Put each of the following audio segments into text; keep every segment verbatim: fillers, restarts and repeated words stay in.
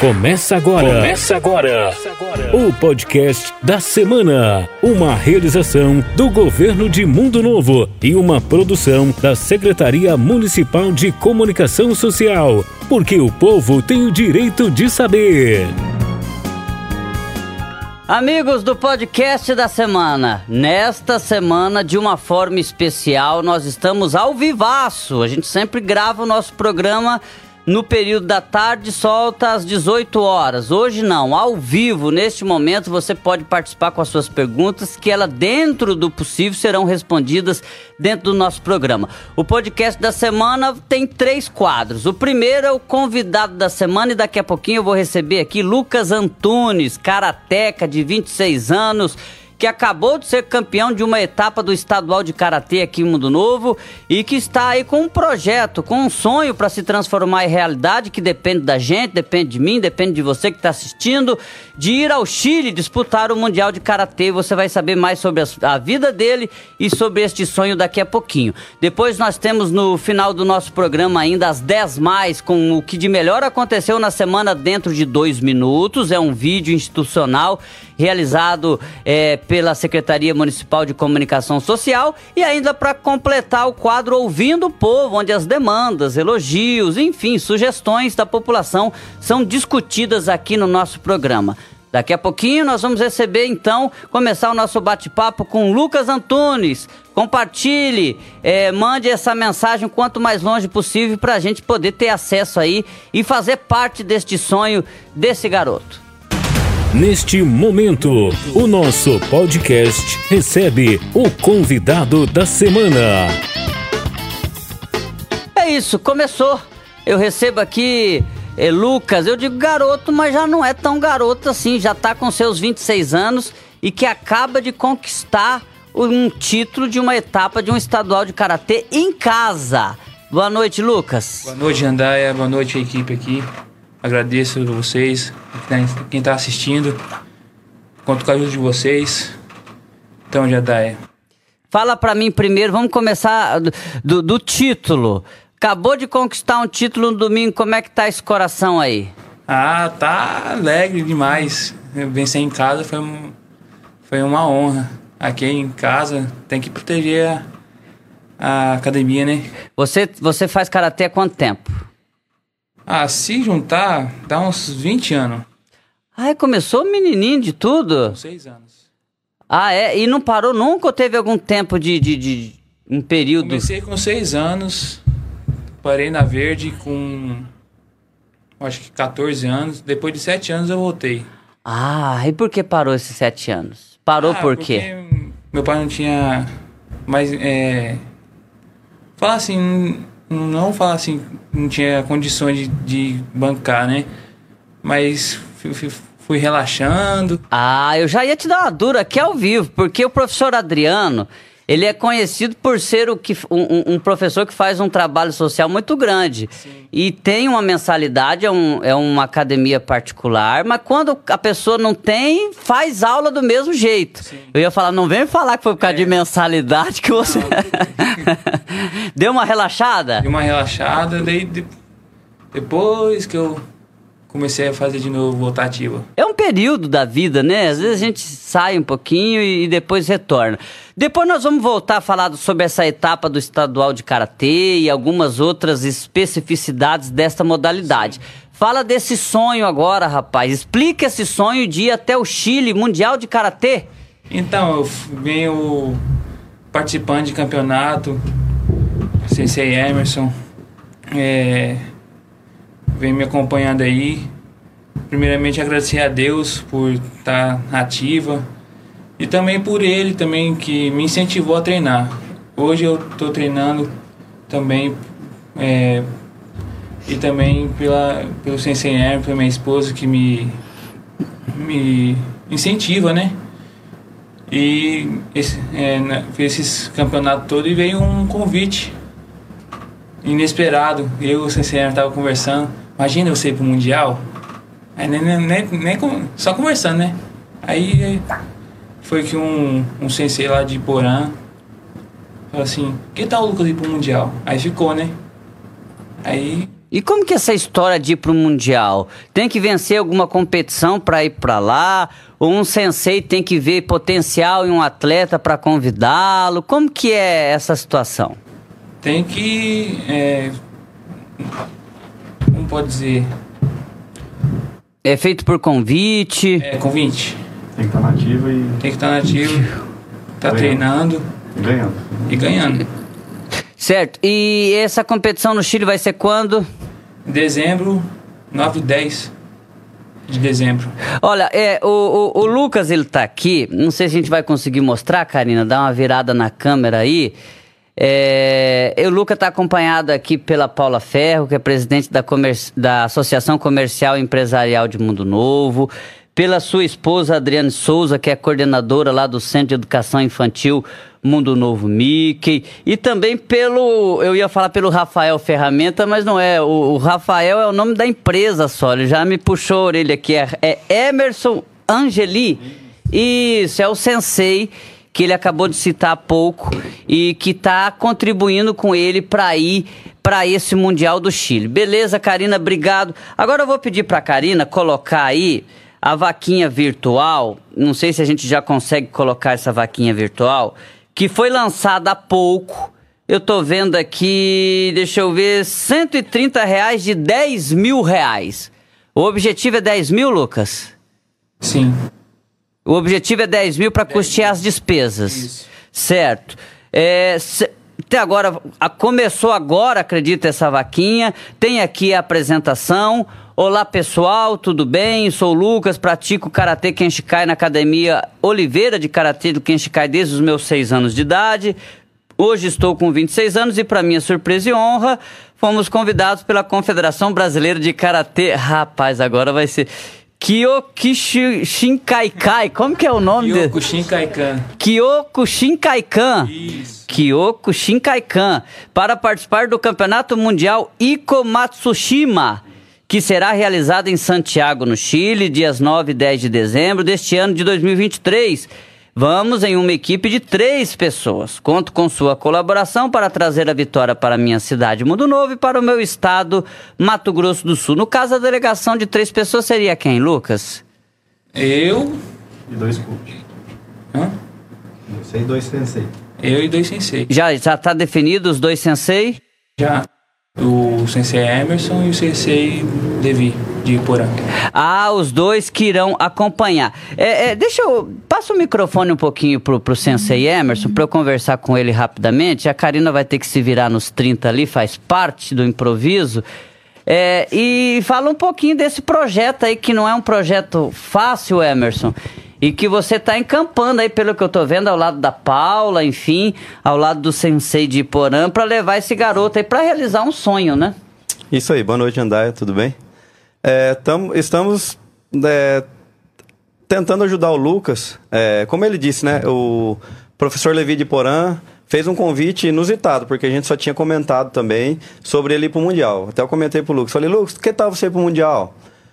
Começa agora. Começa agora. O podcast da semana. Uma realização do Governo de Mundo Novo e uma produção da Secretaria Municipal de Comunicação Social. Porque o povo tem o direito de saber. Amigos do podcast da semana, nesta semana, de uma forma especial, nós estamos ao vivaço. A gente sempre grava o nosso programa no período da tarde, solta às dezoito horas. Hoje não, ao vivo, neste momento, você pode participar com as suas perguntas, que ela, dentro do possível, serão respondidas dentro do nosso programa. O podcast da semana tem três quadros. O primeiro é o convidado da semana e daqui a pouquinho eu vou receber aqui Lucas Antunes, karateca de vinte e seis anos, que acabou de ser campeão de uma etapa do estadual de karatê aqui em Mundo Novo e que está aí com um projeto, com um sonho para se transformar em realidade, que depende da gente, depende de mim, depende de você que está assistindo, de ir ao Chile disputar o Mundial de Karatê. Você vai saber mais sobre a vida dele e sobre este sonho daqui a pouquinho. Depois nós temos no final do nosso programa ainda as dez mais, com o que de melhor aconteceu na semana dentro de dois minutos. É um vídeo institucional realizado é, pela Secretaria Municipal de Comunicação Social, e ainda para completar o quadro Ouvindo o Povo, onde as demandas, elogios, enfim, sugestões da população são discutidas aqui no nosso programa. Daqui a pouquinho nós vamos receber, então, começar o nosso bate-papo com Lucas Antunes. Compartilhe, é, mande essa mensagem o quanto mais longe possível para a gente poder ter acesso aí e fazer parte deste sonho desse garoto. Neste momento, o nosso podcast recebe o convidado da semana. É isso, começou. Eu recebo aqui é, Lucas, eu digo garoto, mas já não é tão garoto assim, já está com seus vinte e seis anos e que acaba de conquistar um título de uma etapa de um estadual de karatê em casa. Boa noite, Lucas. Boa noite, Jandaia. Boa noite, a equipe aqui. Agradeço a vocês, quem está assistindo. Conto com a ajuda de vocês. Então, Jandaia. Fala pra mim primeiro, vamos começar do, do título. Acabou de conquistar um título no domingo, como é que tá esse coração aí? Ah, tá alegre demais. Vencer em casa foi, um, foi uma honra. Aqui em casa tem que proteger a, a academia, né? Você, você faz karatê há quanto tempo? Ah, se juntar, dá uns vinte anos. Ah, começou menininho de tudo? Com seis anos. Ah, é? E não parou nunca ou teve algum tempo de, de, de um período? Comecei com seis anos, parei na Verde com, acho que catorze anos. Depois de sete anos eu voltei. Ah, e por que parou esses sete anos? Parou ah, por quê? Porque meu pai não tinha mais... É, falar assim... Não falar assim, não tinha condições de, de bancar, né? Mas fui, fui, fui relaxando. Ah, eu já ia te dar uma dura aqui ao vivo, porque o professor Adriano, ele é conhecido por ser o que, um, um professor que faz um trabalho social muito grande. Sim. E tem uma mensalidade, é, um, é uma academia particular, mas quando a pessoa não tem, faz aula do mesmo jeito. Sim. Eu ia falar, não vem falar que foi por causa é. de mensalidade que você... Deu uma relaxada? Deu uma relaxada, daí de... depois que eu comecei a fazer de novo voltar ativa. É um período da vida, né? Às vezes a gente sai um pouquinho e depois retorna. Depois nós vamos voltar a falar sobre essa etapa do estadual de karatê e algumas outras especificidades desta modalidade. Sim. Fala desse sonho agora, rapaz. Explica esse sonho de ir até o Chile, Mundial de Karatê. Então, eu venho participando de campeonato, Sensei Emerson, é, vem me acompanhando aí. Primeiramente agradecer a Deus por estar ativa e também por ele também que me incentivou a treinar. Hoje eu estou treinando também é, e também pela, pelo Sensei Emerson, pela minha esposa que me, me incentiva, né? E esse, é, fiz esses campeonatos todos e veio um convite inesperado. Eu e o Sensei estava conversando. Imagina eu ir pro Mundial. Aí, nem, nem, nem, nem, só conversando, né? Aí foi que um, um Sensei lá de Porã falou assim: que tal o Lucas ir pro Mundial? Aí ficou, né? Aí E como que é essa história de ir para o Mundial? Tem que vencer alguma competição para ir para lá? Ou um sensei tem que ver potencial em um atleta para convidá-lo? Como que é essa situação? Tem que... É, como pode dizer? É feito por convite? É, convite. Tem que estar nativo e... Tem que estar nativo, tá treinando. E ganhando. E ganhando. Certo. E essa competição no Chile vai ser quando? Dezembro, nove e dez de dezembro. Olha, é, o, o, o Lucas, ele tá aqui. Não sei se a gente vai conseguir mostrar, Karina. Dá uma virada na câmera aí. É, o Lucas está acompanhado aqui pela Paula Ferro, que é presidente da, Comerci- da Associação Comercial e Empresarial de Mundo Novo, pela sua esposa Adriane Souza, que é coordenadora lá do Centro de Educação Infantil Mundo Novo Mickey, e também pelo, eu ia falar pelo Rafael Ferramenta, mas não é, o, o Rafael é o nome da empresa só, ele já me puxou a orelha aqui, é, é Emerson Angeli, isso, é o sensei que ele acabou de citar há pouco e que está contribuindo com ele para ir para esse Mundial do Chile. Beleza, Karina, obrigado. Agora eu vou pedir para a Karina colocar aí a vaquinha virtual, não sei se a gente já consegue colocar essa vaquinha virtual, que foi lançada há pouco. Eu tô vendo aqui, deixa eu ver, cento e trinta reais de dez mil reais. O objetivo é dez mil, Lucas? Sim. O objetivo é dez mil para custear as despesas. Isso. Certo. É, se, até agora, a, começou agora, acredito, essa vaquinha. Tem aqui a apresentação. Olá, pessoal, tudo bem? Sou o Lucas, pratico Karatê Kenshikai na Academia Oliveira de Karatê do Kenshikai desde os meus seis anos de idade. Hoje estou com vinte e seis anos e, para minha surpresa e honra, fomos convidados pela Confederação Brasileira de Karatê. Rapaz, agora vai ser... Kyokushinkaikai, como que é o nome dele? Kyokushinkaikan. Kyokushinkaikan. Isso. Kyokushinkaikan. Para participar do Campeonato Mundial Ikomatsushima, que será realizado em Santiago, no Chile, dias nove e dez de dezembro deste ano de dois mil e vinte e três. Vamos em uma equipe de três pessoas. Conto com sua colaboração para trazer a vitória para a minha cidade, Mundo Novo, e para o meu estado, Mato Grosso do Sul. No caso, a delegação de três pessoas seria quem, Lucas? Eu... E dois coaches. Hã? Você e dois sensei. Eu e dois sensei. Já já está definido os dois sensei? Já. O sensei Emerson e o sensei Devi, de Iporã. Ah, os dois que irão acompanhar. É, é, deixa eu... Passa o microfone um pouquinho pro, pro sensei Emerson, para eu conversar com ele rapidamente. A Karina vai ter que se virar nos trinta ali, faz parte do improviso. É, e fala um pouquinho desse projeto aí, que não é um projeto fácil, Emerson. E que você está encampando aí, pelo que eu tô vendo, ao lado da Paula, enfim, ao lado do sensei de Iporã, para levar esse garoto aí para realizar um sonho, né? Isso aí, boa noite, Andaia, tudo bem? É, tamo, estamos é, tentando ajudar o Lucas, é, como ele disse, né, o professor Levi de Iporã fez um convite inusitado, porque a gente só tinha comentado também sobre ele ir para o Mundial. Até eu comentei pro Lucas, falei, Lucas, que tal você ir para o Mundial?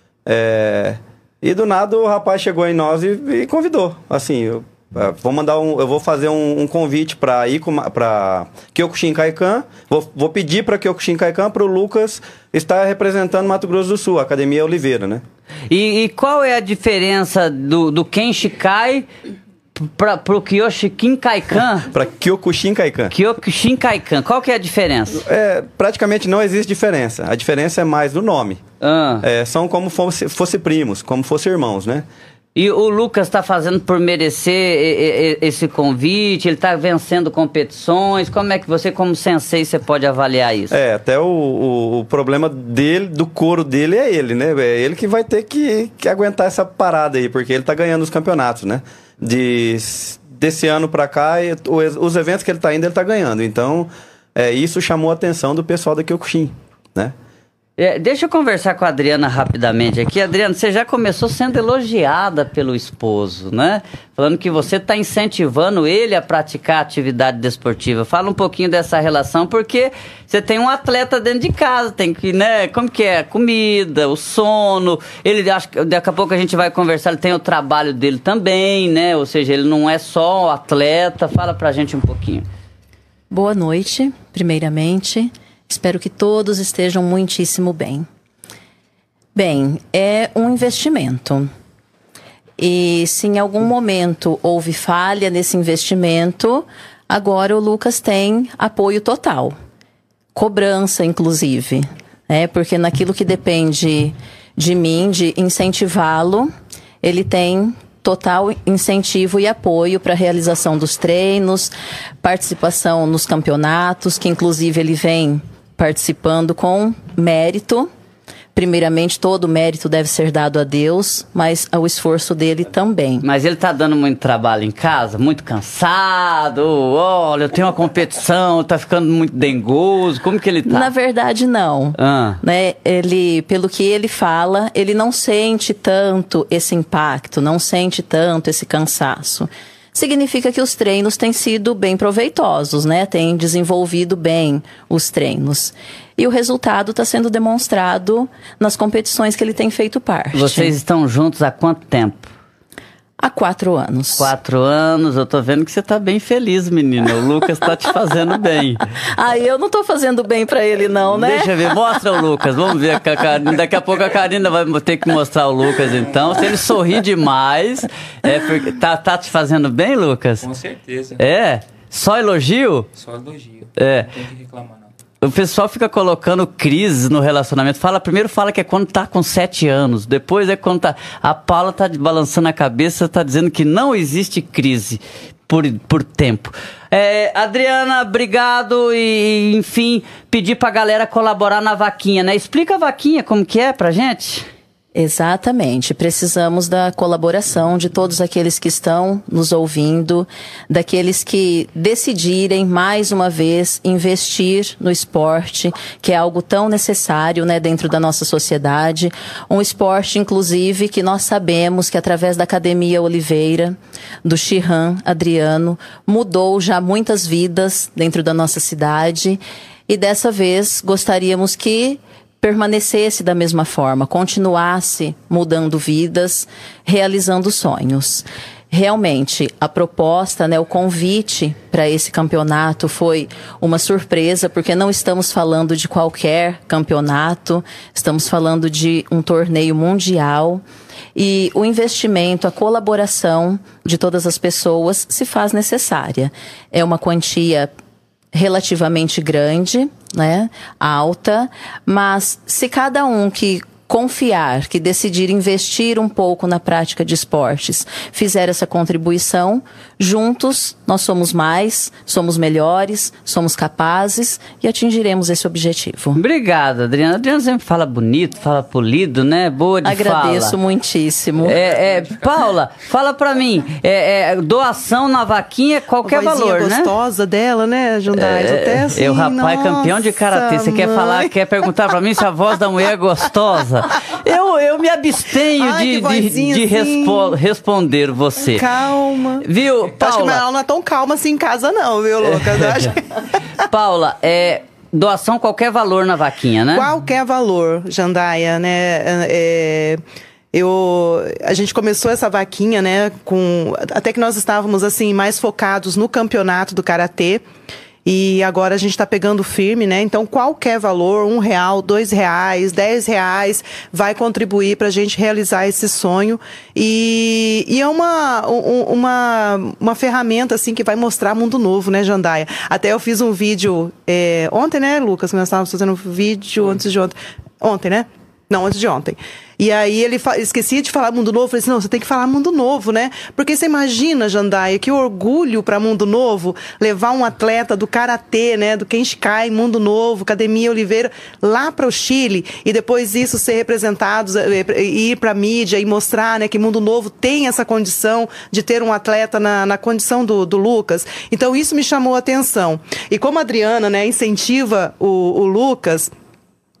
É... E do nada o rapaz chegou em nós e, e convidou. Assim, eu, uh, vou mandar um, eu vou fazer um, um convite para ir para Kyokushinkaikan. Vou, vou pedir para Kyokushinkaikan para o Lucas estar representando Mato Grosso do Sul, a Academia Oliveira, né? E, e qual é a diferença do, do Kenshikai para o Kyokushinkaikan? Para Kyokushinkaikan. Kyokushinkaikan, qual que é a diferença? É, praticamente não existe diferença. A diferença é mais do nome. Ah. É, são como fosse, fosse primos, como fosse irmãos, né? E o Lucas está fazendo por merecer e, e, esse convite? Ele está vencendo competições? Como é que você, como sensei, você pode avaliar isso? É, até o, o, o problema dele, do couro dele é ele, né? É ele que vai ter que, que aguentar essa parada aí, porque ele tá ganhando os campeonatos, né? De, desse ano pra cá, os eventos que ele tá indo, ele tá ganhando. Então, é, isso chamou a atenção do pessoal da Kyokushin, né? É, deixa eu conversar com a Adriana rapidamente aqui. Adriana, você já começou sendo elogiada pelo esposo, né? Falando que você está incentivando ele a praticar atividade desportiva. Fala um pouquinho dessa relação, porque você tem um atleta dentro de casa, tem que, né? Como que é? Comida, o sono. Ele, acho que daqui a pouco a gente vai conversar, ele tem o trabalho dele também, né? Ou seja, ele não é só atleta. Fala pra gente um pouquinho. Boa noite, primeiramente. Espero que todos estejam muitíssimo bem. Bem, é um investimento. E se em algum momento houve falha nesse investimento, agora o Lucas tem apoio total. Cobrança, inclusive. Né? Porque naquilo que depende de mim, de incentivá-lo, ele tem total incentivo e apoio para a realização dos treinos, participação nos campeonatos, que inclusive ele vem participando com mérito. Primeiramente, todo o mérito deve ser dado a Deus, mas ao esforço dele também. Mas ele tá dando muito trabalho em casa, muito cansado, olha, eu tenho uma competição, tá ficando muito dengoso, como que ele tá? Na verdade, não. Ah. Né? Ele, pelo que ele fala, ele não sente tanto esse impacto, não sente tanto esse cansaço. Significa que os treinos têm sido bem proveitosos, né? Tem desenvolvido bem os treinos. E o resultado está sendo demonstrado nas competições que ele tem feito parte. Vocês estão juntos há quanto tempo? Há quatro anos. Quatro anos, eu tô vendo que você tá bem feliz, menina. O Lucas tá te fazendo bem. Ah, eu não tô fazendo bem pra ele não, né? Deixa eu ver, mostra o Lucas, vamos ver. A Karina, daqui a pouco a Karina vai ter que mostrar o Lucas, então. Se ele sorrir demais, é porque tá, tá te fazendo bem, Lucas? Com certeza. É? Só elogio? Só elogio. É. Não tem que reclamar, não. O pessoal fica colocando crises no relacionamento. Fala, primeiro fala que é quando tá com sete anos. Depois é quando tá... A Paula tá balançando a cabeça, tá dizendo que não existe crise por, por tempo. É, Adriana, obrigado e, enfim, pedir pra galera colaborar na vaquinha, né? Explica a vaquinha, como que é pra gente? Exatamente. Precisamos da colaboração de todos aqueles que estão nos ouvindo, daqueles que decidirem, mais uma vez, investir no esporte, que é algo tão necessário, né, dentro da nossa sociedade. Um esporte, inclusive, que nós sabemos que, através da Academia Oliveira, do Shihan Adriano, mudou já muitas vidas dentro da nossa cidade. E, dessa vez, gostaríamos que permanecesse da mesma forma, continuasse mudando vidas, realizando sonhos. Realmente, a proposta, né, o convite para esse campeonato foi uma surpresa, porque não estamos falando de qualquer campeonato, estamos falando de um torneio mundial. E o investimento, a colaboração de todas as pessoas se faz necessária. É uma quantia relativamente grande, né, alta, mas se cada um que confiar, que decidir investir um pouco na prática de esportes, fizer essa contribuição, juntos nós somos mais, somos melhores, somos capazes e atingiremos esse objetivo. Obrigado, Adriana. Adriana sempre fala bonito, fala polido, né? Boa de Agradeço fala. Agradeço muitíssimo. É, é, Paula, fala pra mim, é, é, doação na vaquinha, qualquer valor, né? Gostosa dela, né, Jundai? É, Até assim, é o rapaz nossa, campeão de karatê. Você quer falar, quer perguntar pra mim se a voz da mulher é gostosa? Eu, eu me abstenho Ai, de, que de, vozinha de assim. respo- responder você. Calma. Viu, Acho que Paula? ela não é tão calma assim em casa não, viu, Lucas? Eu acho que- Paula, é doação qualquer valor na vaquinha, né? Qualquer valor, Jandaia, né? É, eu, a gente começou essa vaquinha, né? Com, até que nós estávamos assim mais focados no campeonato do karatê. E agora a gente está pegando firme, né? Então, qualquer valor, um real, dois reais, dez reais, vai contribuir para a gente realizar esse sonho. E, e é uma, um, uma, uma ferramenta, assim, que vai mostrar mundo novo, né, Jandaia? Até eu fiz um vídeo é, ontem, né, Lucas? Que nós estávamos fazendo um vídeo antes de ontem. Ontem, né? Não, antes de ontem. E aí ele fa- esquecia de falar Mundo Novo. Eu falei assim, não, você tem que falar Mundo Novo, né? Porque você imagina, Jandaia, que orgulho para Mundo Novo levar um atleta do karatê, né? Do Kenshikai, Mundo Novo, Academia Oliveira, lá para o Chile. E depois isso ser representado, ir para a mídia e mostrar, né, que Mundo Novo tem essa condição de ter um atleta na, na condição do, do Lucas. Então isso me chamou a atenção. E como a Adriana, né, incentiva o, o Lucas...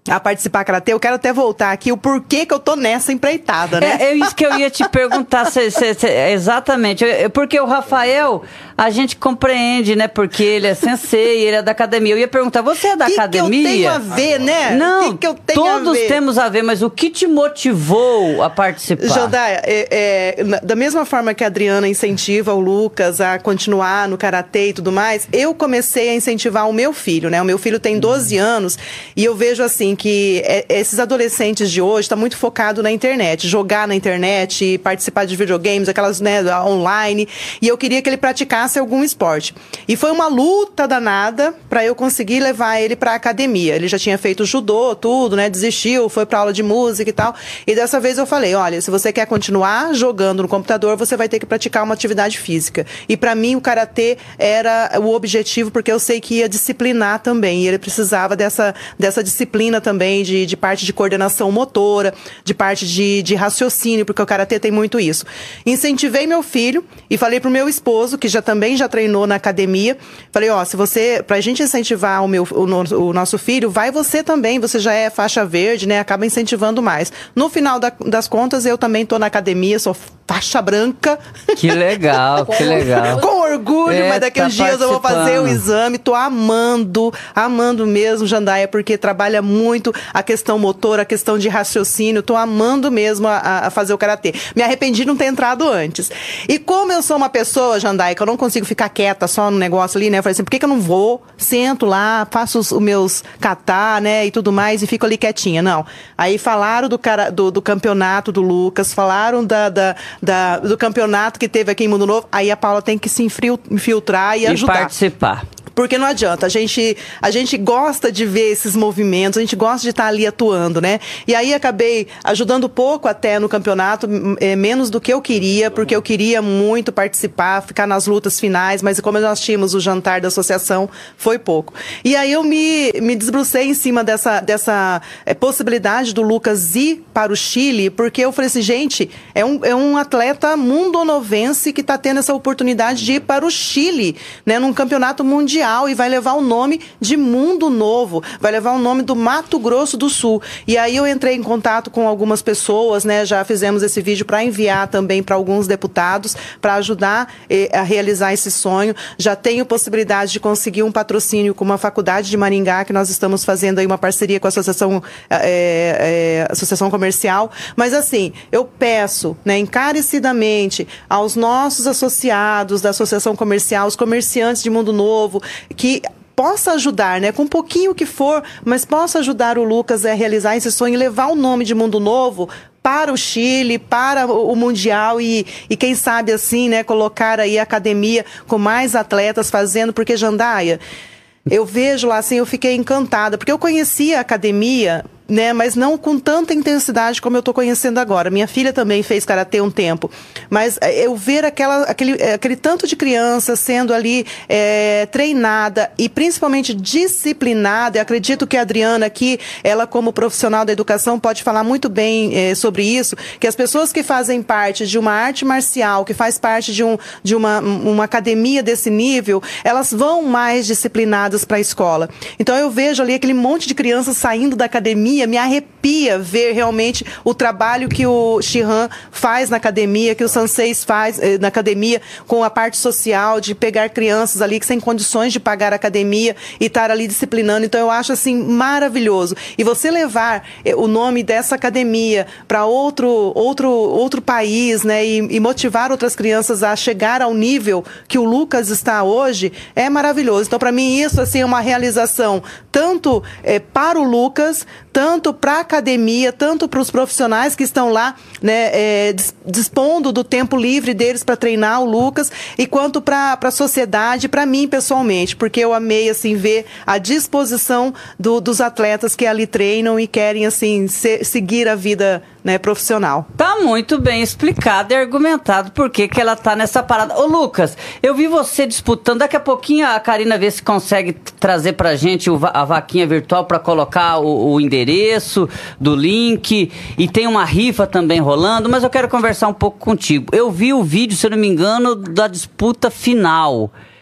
a participar karatê, eu quero até voltar aqui o porquê que eu tô nessa empreitada, né? É, é isso que eu ia te perguntar, se, se, se, exatamente, porque o Rafael, a gente compreende, né, porque ele é sensei, ele é da academia. Eu ia perguntar, você é da que academia? O que eu tenho a ver, né? Não, que que eu tenho todos a ver? temos a ver, mas o que te motivou a participar? Jandaia, é, é, da mesma forma que a Adriana incentiva o Lucas a continuar no karatê e tudo mais, eu comecei a incentivar o meu filho, né? O meu filho tem doze anos e eu vejo assim que esses adolescentes de hoje estão muito focados na internet, jogar na internet, participar de videogames, aquelas, né, online, e eu queria que ele praticasse algum esporte. E foi uma luta danada para eu conseguir levar ele para a academia. Ele já tinha feito judô, tudo, né, desistiu, foi para aula de música e tal. E dessa vez eu falei, olha, se você quer continuar jogando no computador, você vai ter que praticar uma atividade física. E para mim o karatê era o objetivo, porque eu sei que ia disciplinar também, e ele precisava dessa, dessa disciplina também, De, de parte de coordenação motora, de parte de, de raciocínio, porque o karatê tem muito isso. Incentivei meu filho e falei pro meu esposo, que já também já treinou na academia, falei, ó, se você, pra gente incentivar o, meu, o, o nosso filho, vai você também, você já é faixa verde, né, acaba incentivando mais. No final da, das contas, eu também tô na academia, sou faixa branca. Que legal, que legal. Com orgulho, é, mas daqui uns tá dias eu vou fazer o exame, tô amando, amando mesmo, Jandaia, porque trabalha muito a questão motora, a questão de raciocínio, tô amando mesmo a, a fazer o karatê. Me arrependi de não ter entrado antes. E como eu sou uma pessoa, Jandaia, que eu não consigo ficar quieta só no negócio ali, né, eu falei assim, por que que eu não vou, sento lá, faço os, os meus kata, né, e tudo mais, e fico ali quietinha, não. Aí falaram do, cara, do, do campeonato do Lucas, falaram da, da, da, do campeonato que teve aqui em Mundo Novo, aí a Paula tem que se infiltrar e, e ajudar. E participar. Porque não adianta, a gente, a gente gosta de ver esses movimentos, a gente gosta de estar ali atuando, né? E aí acabei ajudando pouco até no campeonato, é, menos do que eu queria, porque eu queria muito participar, ficar nas lutas finais, mas como nós tínhamos o jantar da associação, foi pouco. E aí eu me, me desbrucei em cima dessa, dessa é, possibilidade do Lucas ir para o Chile, porque eu falei assim, gente, é um, é um atleta mundonovense que está tendo essa oportunidade de ir para o Chile, né? Num campeonato mundial, e vai levar o nome de Mundo Novo, vai levar o nome do Mato Grosso do Sul. E aí eu entrei em contato com algumas pessoas, né? Já fizemos esse vídeo para enviar também para alguns deputados, para ajudar eh, a realizar esse sonho. Já tenho possibilidade de conseguir um patrocínio com uma faculdade de Maringá, que nós estamos fazendo aí uma parceria com a Associação, eh, eh, Associação Comercial. Mas assim, eu peço, né, encarecidamente aos nossos associados da Associação Comercial, os comerciantes de Mundo Novo, que possa ajudar, né, com um pouquinho que for, mas possa ajudar o Lucas a realizar esse sonho e levar o nome de Mundo Novo para o Chile, para o Mundial e, e quem sabe assim, né, colocar aí a academia com mais atletas fazendo, porque Jandaia, eu vejo lá assim, eu fiquei encantada, porque eu conhecia a academia, né, mas não com tanta intensidade como eu estou conhecendo agora. Minha filha também fez karatê um tempo, mas eu ver aquela, aquele, aquele tanto de criança sendo ali é, treinada e principalmente disciplinada, eu acredito que a Adriana aqui, ela como profissional da educação pode falar muito bem é, sobre isso, que as pessoas que fazem parte de uma arte marcial, que faz parte de, um, de uma, uma academia desse nível, elas vão mais disciplinadas para a escola. Então eu vejo ali aquele monte de crianças saindo da academia, me arrepia ver realmente o trabalho que o Shihan faz na academia, que o Sanseis faz eh, na academia, com a parte social, de pegar crianças ali que sem condições de pagar a academia e estar ali disciplinando. Então eu acho assim maravilhoso. E você levar eh, o nome dessa academia para outro, outro, outro país, né, e, e motivar outras crianças a chegar ao nível que o Lucas está hoje, é maravilhoso. Então para mim isso assim é uma realização tanto eh, para o Lucas, tanto para a academia, tanto para os profissionais que estão lá, né, é, dispondo do tempo livre deles para treinar o Lucas, e quanto para a sociedade, para mim pessoalmente, porque eu amei assim ver a disposição do, dos atletas que ali treinam e querem assim se, seguir a vida, né, profissional. Tá muito bem explicado e argumentado por que que ela tá nessa parada. Ô Lucas, eu vi você disputando, daqui a pouquinho a Karina vê se consegue trazer pra gente o, a vaquinha virtual para colocar o, o endereço do link, e tem uma rifa também rolando, mas eu quero conversar um pouco contigo. Eu vi o vídeo, se eu não me engano, da disputa final.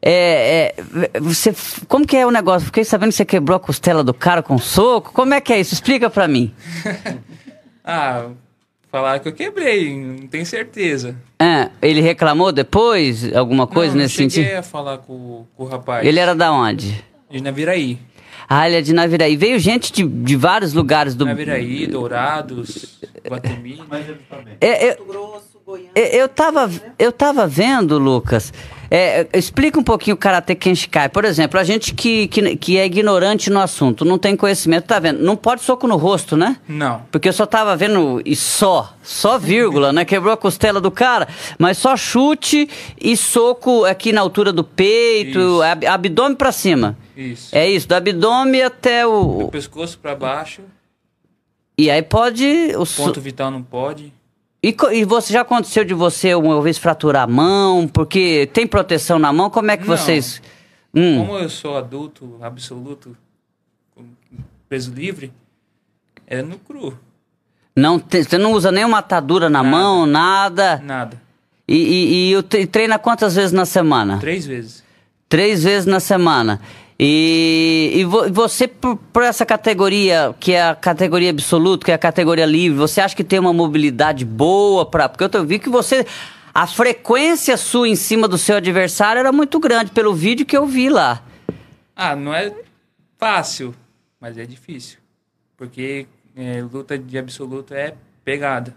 É, é, você, como que é o negócio? Fiquei sabendo que você quebrou a costela do cara com soco. Como é que é isso? Explica pra mim. Ah, falaram que eu quebrei, não tenho certeza. É, ele reclamou depois? Alguma coisa não, nesse não cheguei sentido? a falar com, com o rapaz. Ele era da onde? De Naviraí. Ah, ele é de Naviraí. Veio gente de, de vários lugares do... Naviraí, Dourados, Guatemi. Mas ele tá bem. É, é, Eu, eu, tava, eu tava vendo, Lucas, é, explica um pouquinho o Karate Kenshikai. Por exemplo, a gente que, que, que é ignorante no assunto, não tem conhecimento, tá vendo? Não pode soco no rosto, né? Não. Porque eu só tava vendo e só, só vírgula, né? Quebrou a costela do cara, mas só chute e soco aqui na altura do peito, ab, abdômen pra cima. Isso. É isso, do abdômen até o... Do pescoço pra baixo. E aí pode... O Ponto so... vital não pode. E, e você já aconteceu de você uma vez fraturar a mão? Porque tem proteção na mão? Como é que Não. vocês... Hum. Como eu sou adulto, absoluto, peso livre, é no cru. Não tem, você não usa nenhuma atadura na Nada. mão, nada? Nada. E, e, e, e tre- treina quantas vezes na semana? Três vezes. Três vezes na semana. E, e vo- você, por, por essa categoria, que é a categoria absoluta, que é a categoria livre, você acha que tem uma mobilidade boa para... Porque eu tô- vi que você... A frequência sua em cima do seu adversário era muito grande, pelo vídeo que eu vi lá. Ah, não é fácil, mas é difícil. Porque é, luta de absoluto é pegada.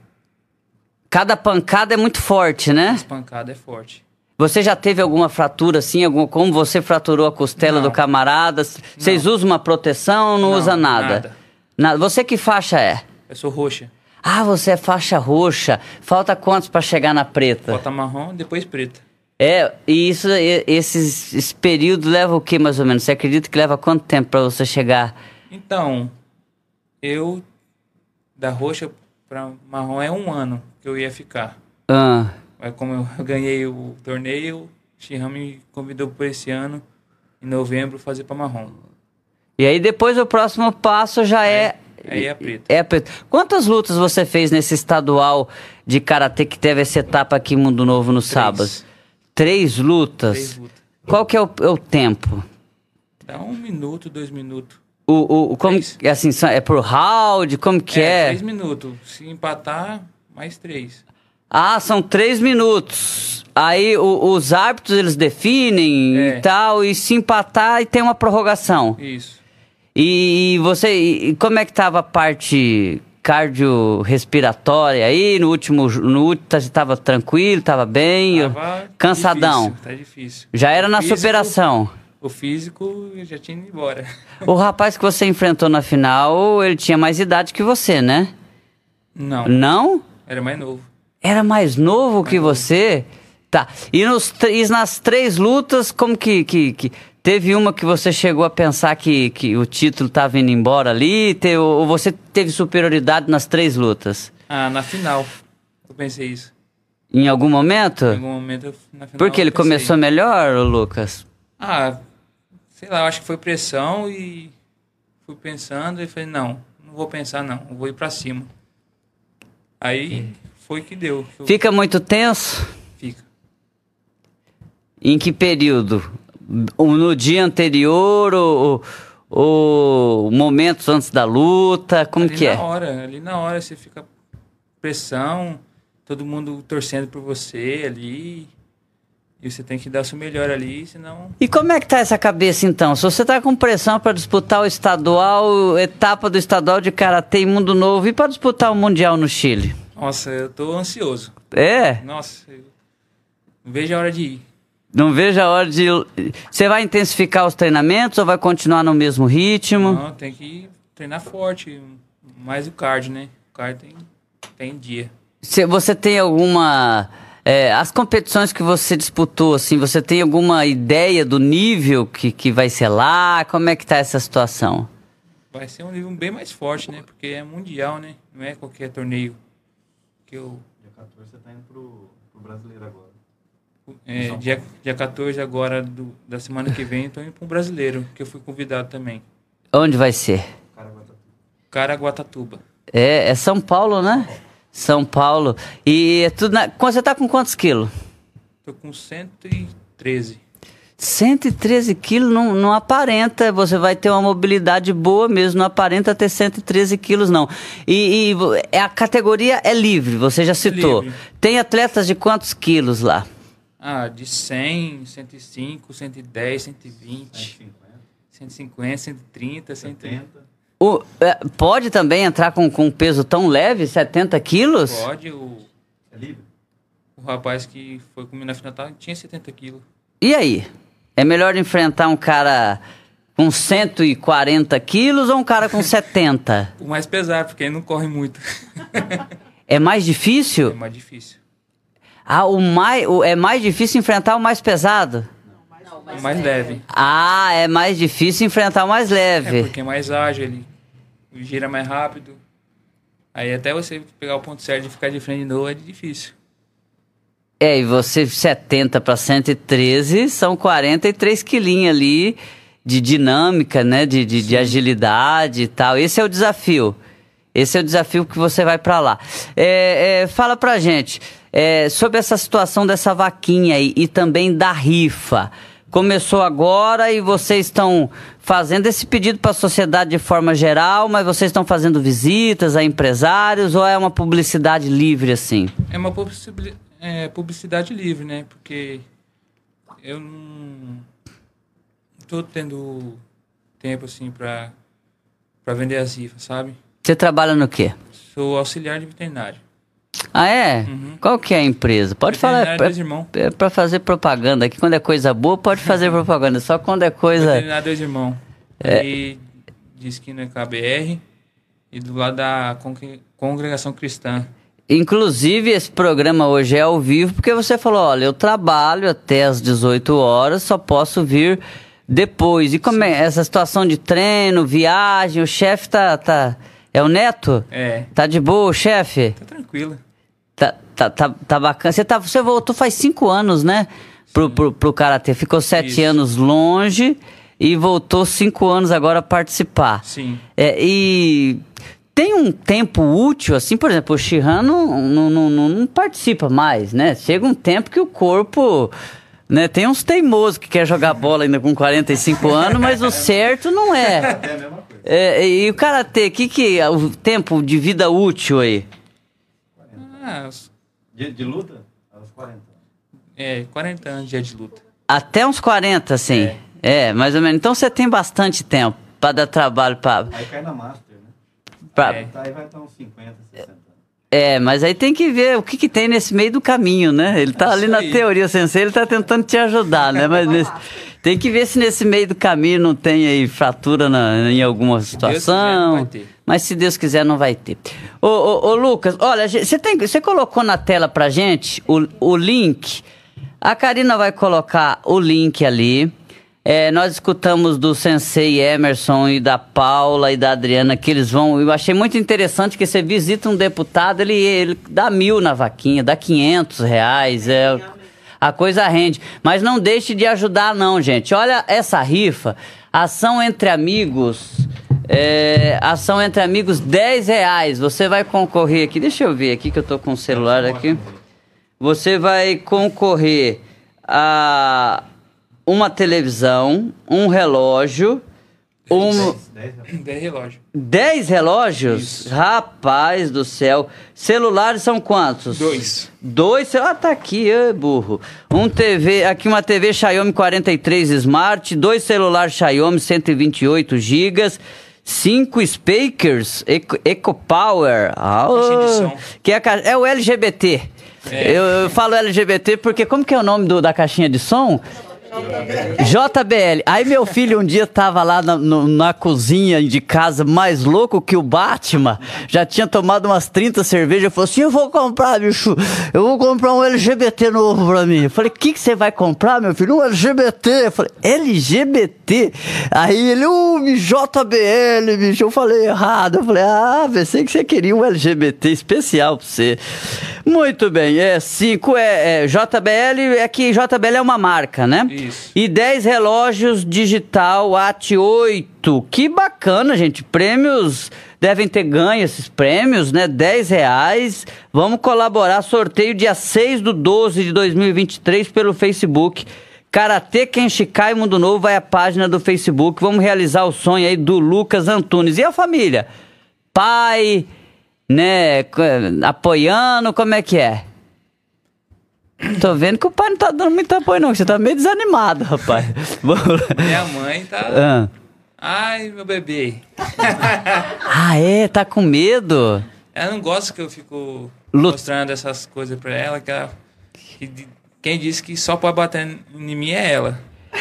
Cada pancada é muito forte, né? Espancada é forte. Você já teve alguma fratura assim? Algum, como você fraturou a costela Não. do camarada? Vocês usam uma proteção ou não, Não, usa nada? nada. Nada. Você que faixa é? Eu sou roxa. Ah, você é faixa roxa. Falta quantos pra chegar na preta? Bota marrom, depois preta. É, e isso, e- esses, esse período leva o que mais ou menos? Você acredita que leva quanto tempo pra você chegar? Então, eu, da roxa pra marrom é um ano que eu ia ficar. Ah, Mas como eu ganhei o torneio, o Shihan me convidou para esse ano, em novembro, fazer para marrom. e aí depois o próximo passo já é... Aí é a preta. É a preta. Quantas lutas você fez nesse estadual de karatê que teve essa etapa aqui em Mundo Novo no sábado? Três lutas? Três lutas. Qual que é o, é o tempo? Dá um minuto, dois minutos. O, o, o- como, Três. é assim, são- é por round? Como que é? Três minutos. Se empatar, mais três. Ah, são três minutos. Aí o- os árbitros eles definem É. e tal, e se empatar e tem uma prorrogação. Isso. E, e você, e, e como é que tava a parte cardiorrespiratória aí? No último, ju- no último você tava tranquilo, tava bem? Tava Cansadão? Difícil, tá difícil. Já era O na físico- superação. O físico eu já tinha ido embora. O rapaz que você enfrentou na final, ele tinha mais idade que você, né? Não, Não? era mais novo. Era mais novo que você? Tá. E, nos, tr- e nas três lutas, como que, que, que... Teve uma que você chegou a pensar que, que o título tava indo embora ali? Te, ou você teve superioridade nas três lutas? Ah, na final. Eu pensei isso. Em algum momento? Em algum momento, eu- na final. Porque ele eu pensei. começou melhor, ô Lucas? Ah, sei lá, eu acho que foi pressão e fui pensando e falei, não, não vou pensar não, eu vou ir pra cima. Aí foi que deu. Eu- Fica muito tenso? Fica. Em que período? No dia anterior ou, ou momentos antes da luta? Como ali que na é? hora, ali na hora você fica pressão, todo mundo torcendo por você ali. E você tem que dar o seu melhor ali, senão... E como é que tá essa cabeça então? Se você tá com pressão para disputar o estadual, etapa do estadual de karatê em Mundo Novo e para disputar o mundial no Chile? Nossa, eu tô ansioso. É? Nossa, eu não vejo a hora de ir. Não vejo a hora de... Você vai intensificar os treinamentos ou vai continuar no mesmo ritmo? Não, tem que treinar forte, mais o cardio, né? O cardio tem, tem dia. Cê- Você tem alguma... é, as competições que você disputou, assim, você tem alguma ideia do nível que, que vai ser lá? Como é que tá essa situação? Vai ser um nível bem mais forte, né? Porque é mundial, né? Não é qualquer torneio que eu... Dia quatorze você tá indo pro, pro brasileiro agora. É, dia, dia quatorze agora do, da semana que vem, tô indo para um brasileiro, que eu fui convidado também. Onde vai ser? Caraguatatuba. Caraguatatuba. É, é São Paulo, né? São Paulo. E é tudo na... Você tá com quantos quilos? Tô com cento e treze. cento e treze quilos não, não aparenta, você vai ter uma mobilidade boa mesmo, não aparenta ter cento e treze quilos não. E, e a categoria é livre, você já citou. Livre. Tem atletas de quantos quilos lá? Ah, de cem, cento e cinco, cento e dez, cento e vinte, cento e cinquenta, cento e trinta, cento e oitenta. O, é, pode também entrar com, com um peso tão leve, setenta quilos? Pode, o, É livre? o rapaz que foi comigo na final tinha setenta quilos. E aí? É melhor enfrentar um cara com cento e quarenta quilos ou um cara com setenta? O mais pesado, porque ele não corre muito. É mais difícil? É mais difícil. Ah, o mais, o, é mais difícil enfrentar o mais pesado? O mais leve. Ah, é mais difícil enfrentar o mais leve. É porque é mais ágil, ele gira mais rápido. Aí até você pegar o ponto certo e ficar de frente de novo é difícil. É, e você setenta para cento e treze são quarenta e três quilinhos ali de dinâmica, né? De, de, de agilidade e tal. Esse é o desafio. Esse é o desafio que você vai para lá. É, é, fala pra gente é, sobre essa situação dessa vaquinha aí e também da rifa. Começou agora e vocês estão fazendo esse pedido para a sociedade de forma geral, mas vocês estão fazendo visitas a empresários ou é uma publicidade livre assim? É uma publicidade, é, publicidade livre, né? Porque eu não estou tendo tempo assim para para vender as rifas, sabe? Você trabalha no quê? Sou auxiliar de veterinário. Ah, é? Uhum. Qual que é a empresa? Pode falar. Veterinário Dois Irmãos. É pra fazer propaganda aqui. Quando é coisa boa, pode fazer propaganda. Só quando é coisa... Veterinário Dois Irmãos. É. E de esquina K B R e do lado da Congre- Congregação Cristã. Inclusive, esse programa hoje é ao vivo, porque você falou, olha, eu trabalho até às dezoito horas, só posso vir depois. E como é essa situação de treino, viagem, o chefe tá, tá... É o Neto? É, Tá de boa, chefe? tá tranquilo. Tá, tá, tá, tá bacana. Você, tá, você voltou faz cinco anos, né? Pro, pro, pro Karatê. Ficou sete Isso. anos longe e voltou cinco anos agora a participar. Sim. É, e tem um tempo útil, assim, por exemplo, o Shihan não, não, não, não, não participa mais, né? Chega um tempo que o corpo... Né? Tem uns teimosos que quer jogar bola ainda com quarenta e cinco anos, mas o certo não é. É a mesma coisa. É, e o Karatê, o que, que é o tempo de vida útil aí? Ah, os- De, de luta? Aos quarenta. é, quarenta anos de dia de luta. Até uns quarenta, assim. É. mais ou menos. Então você tem bastante tempo pra dar trabalho pra... Aí cai na Master, né? pra- É. Tá, aí vai estar uns cinquenta, sessenta anos. É, mas aí tem que ver o que, que tem nesse meio do caminho, né? Ele tá Isso ali na aí. teoria, o sensei, ele tá tentando te ajudar, né? Mas nesse- tem que ver se nesse meio do caminho não tem aí fratura na- em alguma Deus quiser, não situação. vai ter. Mas se Deus quiser, não vai ter. Ô, ô, ô, Lucas, olha, você tem, você colocou na tela pra gente o, o link. A Karina vai colocar o link ali. É, nós escutamos do Sensei Emerson e da Paula e da Adriana que eles vão... Eu achei muito interessante que você visita um deputado, ele, ele dá mil na vaquinha, dá quinhentos reais, é, a coisa rende. Mas não deixe de ajudar não, gente. Olha essa rifa, ação entre amigos... É, ação entre amigos, dez reais. Você vai concorrer aqui. Deixa eu ver aqui que eu tô com o celular aqui. Você vai concorrer a uma televisão, um relógio, um, dez relógios. dez relógios? Isso. Rapaz do céu. Celulares são quantos? Dois. Dois? cel- Ah, tá aqui, ê, burro. Um T V, aqui uma T V Xiaomi quarenta e três Smart, dois celulares Xiaomi cento e vinte e oito gigas, cinco speakers Eco, Eco Power. Ah, Caixinha de som. que é, a ca- é o L G B T. É. Eu, eu falo L G B T porque como que é o nome do- da caixinha de som? J B L. Aí meu filho um dia tava lá na, no- na cozinha de casa, mais louco que o Batman. Já tinha tomado umas trinta cervejas. Falou assim, eu vou comprar, bicho. Eu vou comprar um L G B T novo pra mim. Eu falei, o que que você vai comprar, meu filho? Um L G B T. Eu falei, L G B T? Aí ele, uh, J B L, bicho. Eu falei errado. Eu falei, ah, pensei que você queria um L G B T especial pra você. Muito bem. É cinco, é, é J B L, é que J B L é uma marca, né? Isso. E dez relógios digital A T oito. Que bacana, gente. Prêmios, devem ter ganho esses prêmios, né? dez reais. Vamos colaborar. Sorteio dia seis do doze de dois mil e vinte e três pelo Facebook. Karatê Kenshikai Mundo Novo vai à página do Facebook. Vamos realizar o sonho aí do Lucas Antunes. E a família? Pai, né, apoiando, como é que é? Tô vendo que o pai não tá dando muito apoio não, que você tá meio desanimado, rapaz. Minha mãe tá... Ah. Ai, meu bebê. Ah, é? Tá com medo? Ela não gosta que eu fico Lut... mostrando essas coisas pra ela, que ela... Que quem disse que só pode bater em mim é ela.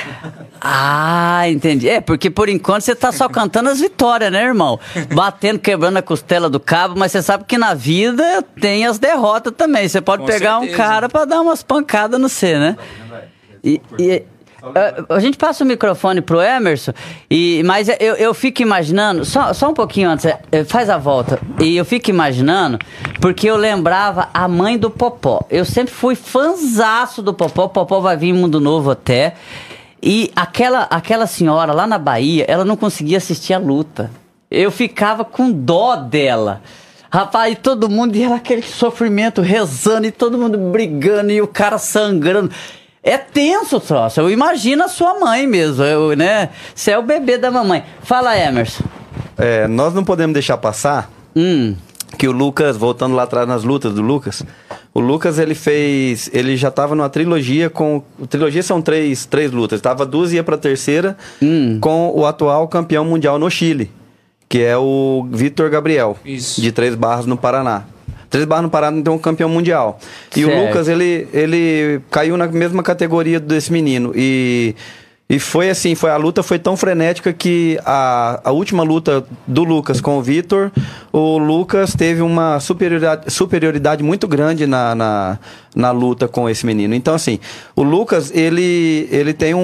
Ah, entendi. É, porque por enquanto você tá só cantando as vitórias, né, irmão? Batendo, quebrando a costela do cabo, mas você sabe que na vida tem as derrotas também. Você pode Com pegar certeza. um cara pra dar umas pancadas no C, né? E... e a, a gente passa o microfone pro Emerson, e, mas eu, eu fico imaginando, só, só um pouquinho antes, faz a volta, e eu fico imaginando, porque eu lembrava a mãe do Popó. Eu sempre fui fanzaço do Popó, Popó vai vir em Mundo Novo até, e aquela, aquela senhora lá na Bahia, ela não conseguia assistir a luta. Eu ficava com dó dela. Rapaz, e todo mundo, e ela aquele sofrimento, rezando, e todo mundo brigando, e o cara sangrando. É tenso o troço, eu imagino a sua mãe mesmo, eu, né? Você é o bebê da mamãe. Fala, Emerson. É, nós não podemos deixar passar Hum. que o Lucas, voltando lá atrás nas lutas do Lucas, o Lucas ele fez, ele já estava numa trilogia com, trilogia são três, três lutas, estava duas e ia para a terceira Hum. com o atual campeão mundial no Chile, que é o Vitor Gabriel, Isso. de Três Barras no Paraná. Três Barras no Paraná tem um campeão mundial. E Certo. o Lucas, ele, ele caiu na mesma categoria desse menino. E, e foi assim, foi, a luta foi tão frenética que a, a última luta do Lucas com o Vitor, o Lucas teve uma superioridade, superioridade muito grande na, na, na luta com esse menino. Então, assim, o Lucas, ele, ele tem um...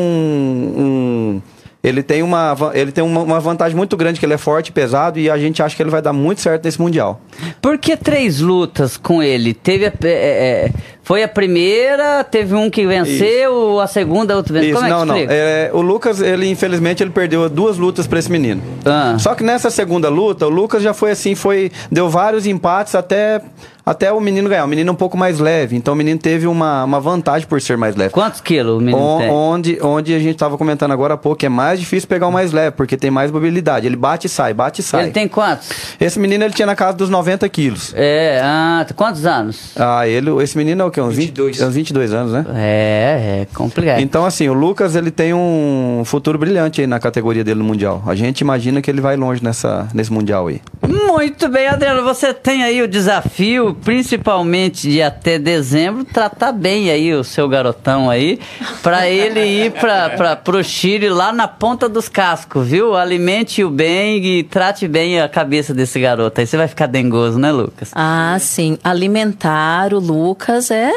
um Ele tem, uma, ele tem uma, uma vantagem muito grande, que ele é forte e pesado, e a gente acha que ele vai dar muito certo nesse Mundial. Por que três lutas com ele? Teve a, é, é, foi a primeira, teve um que venceu, Isso. a segunda, outro venceu. Isso, Como é não, que não. explica? É, o Lucas, ele infelizmente, ele perdeu duas lutas para esse menino. Ah. Só que nessa segunda luta, o Lucas já foi assim, foi, deu vários empates até... Até o menino ganhar. O menino é um pouco mais leve. Então o menino teve uma, uma vantagem por ser mais leve. Quantos quilos o menino o, tem? Onde, onde a gente estava comentando agora há pouco, é mais difícil pegar o mais leve, porque tem mais mobilidade. Ele bate e sai, bate e sai. Ele tem quantos? Esse menino, ele tinha na casa dos noventa quilos. É, ah, quantos anos? Ah, ele, esse menino é o quê? Uns vinte e dois. vinte, uns vinte e dois anos, né? É, é complicado. Então, assim, o Lucas, ele tem um futuro brilhante aí na categoria dele no Mundial. A gente imagina que ele vai longe nessa, nesse Mundial aí. Muito bem, Adriano, você tem aí o desafio, principalmente de até dezembro, tratar bem aí o seu garotão aí, pra ele ir pra, pra, pro Chile lá na ponta dos cascos, viu? Alimente-o bem e trate bem a cabeça desse garoto. Aí você vai ficar dengoso, né, Lucas? Ah, sim. Alimentar o Lucas é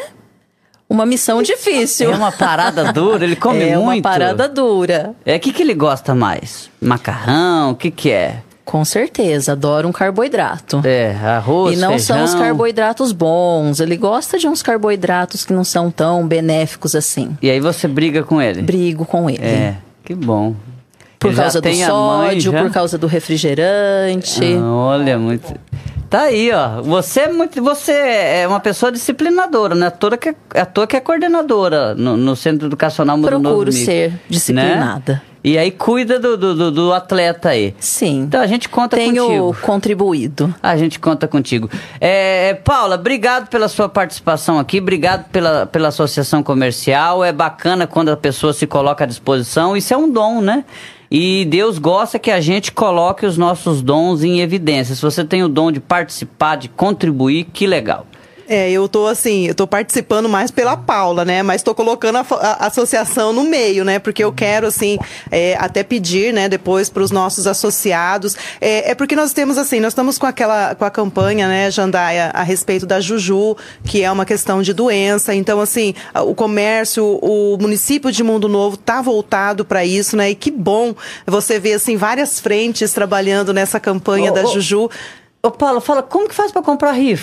uma missão difícil. É uma parada dura, ele come é muito. É uma parada dura. É, o que, que ele gosta mais? Macarrão, o que que é? Com certeza, adora um carboidrato. É, arroz, E não feijão. são os carboidratos bons. Ele gosta de uns carboidratos que não são tão benéficos assim. E aí você briga com ele? Brigo com ele. É, que bom. Por Ele já causa do tem a mãe, sódio, já? por causa do refrigerante. Ah, olha, muito... Tá aí, ó. Você é muito, você é uma pessoa disciplinadora, né? À toa que é, à toa que é coordenadora no, no Centro Educacional Mundo Novo. Procuro Mico, ser disciplinada. né? E aí cuida do, do, do, do atleta aí. Sim. Então a gente conta Tenho contigo. contribuído. A gente conta contigo. É, Paula, obrigado pela sua participação aqui, obrigado pela, pela associação comercial. É bacana quando a pessoa se coloca à disposição. Isso é um dom, né? E Deus gosta que a gente coloque os nossos dons em evidência. Se você tem o dom de participar, de contribuir, que legal. É, eu tô assim, eu tô participando mais pela Paula, né? Mas tô colocando a, a associação no meio, né? Porque eu quero, assim, é, até pedir, né, depois para os nossos associados. É, é porque nós temos, assim, nós estamos com aquela, com a campanha, né, Jandaia, a respeito da Juju, que é uma questão de doença. Então, assim, o comércio, o município de Mundo Novo tá voltado para isso, né? E que bom você ver, assim, várias frentes trabalhando nessa campanha Ô, da ô, Juju. Ô, Paula, fala, como que faz para comprar rifa?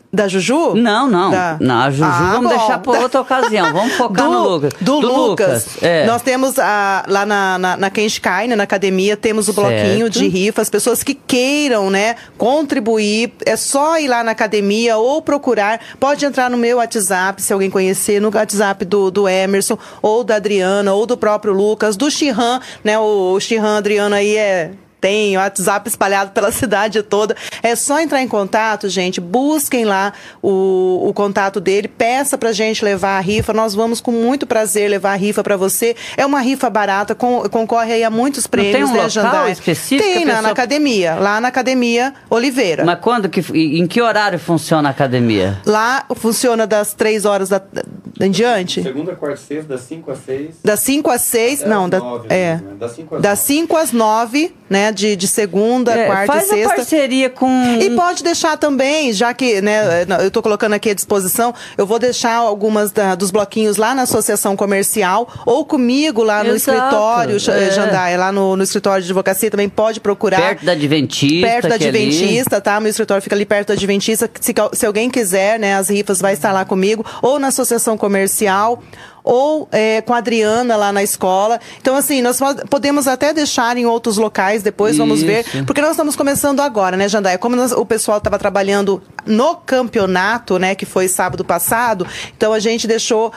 Da Juju? Não, não. Da... Não, a Juju Ah, vamos bom. deixar para outra ocasião. Vamos focar do, no Lucas. Do, do Lucas. Lucas. É. Nós temos a, lá na, na, na Kenskai, né, na academia, temos o bloquinho Certo. de rifa. As pessoas que queiram, né, contribuir, é só ir lá na academia ou procurar. Pode entrar no meu WhatsApp, se alguém conhecer, no WhatsApp do, do Emerson, ou da Adriana, ou do próprio Lucas, do Shihan, né, o, o Shihan Adriano aí é... Tem WhatsApp espalhado pela cidade toda. É só entrar em contato, gente. Busquem lá o, o contato dele. Peça pra gente levar a rifa. Nós vamos com muito prazer levar a rifa pra você. É uma rifa barata, com, concorre aí a muitos prêmios, tem um né, local Jandaia? específico? Tem, A na, pessoa- na academia. Lá na Academia Oliveira. Mas quando que, em que horário funciona a academia? Lá funciona das três horas da, da, em diante. Segunda, quarta e sexta, das cinco às seis. Das cinco às seis. Não, às da, nove, é. né? Das cinco às Das nove. cinco às nove, né? De, de segunda, É, quarta faz e sexta. a parceria com... E pode deixar também, já que né, eu estou colocando aqui à disposição, eu vou deixar algumas da- dos bloquinhos lá na associação comercial ou comigo lá no Exato, escritório, é. Jandaia, lá no, no escritório de advocacia também pode procurar. Perto da Adventista. Perto da que é ali- Adventista, tá? Meu escritório fica ali perto da Adventista. Se, se alguém quiser, né, as rifas vai estar lá comigo, ou na associação comercial, ou é, com a Adriana lá na escola. Então, assim, nós po- podemos até deixar em outros locais, depois vamos ver. Isso. Porque nós estamos começando agora, né, Jandaia? Como nós- o pessoal estava trabalhando no campeonato, né, que foi sábado passado, então a gente deixou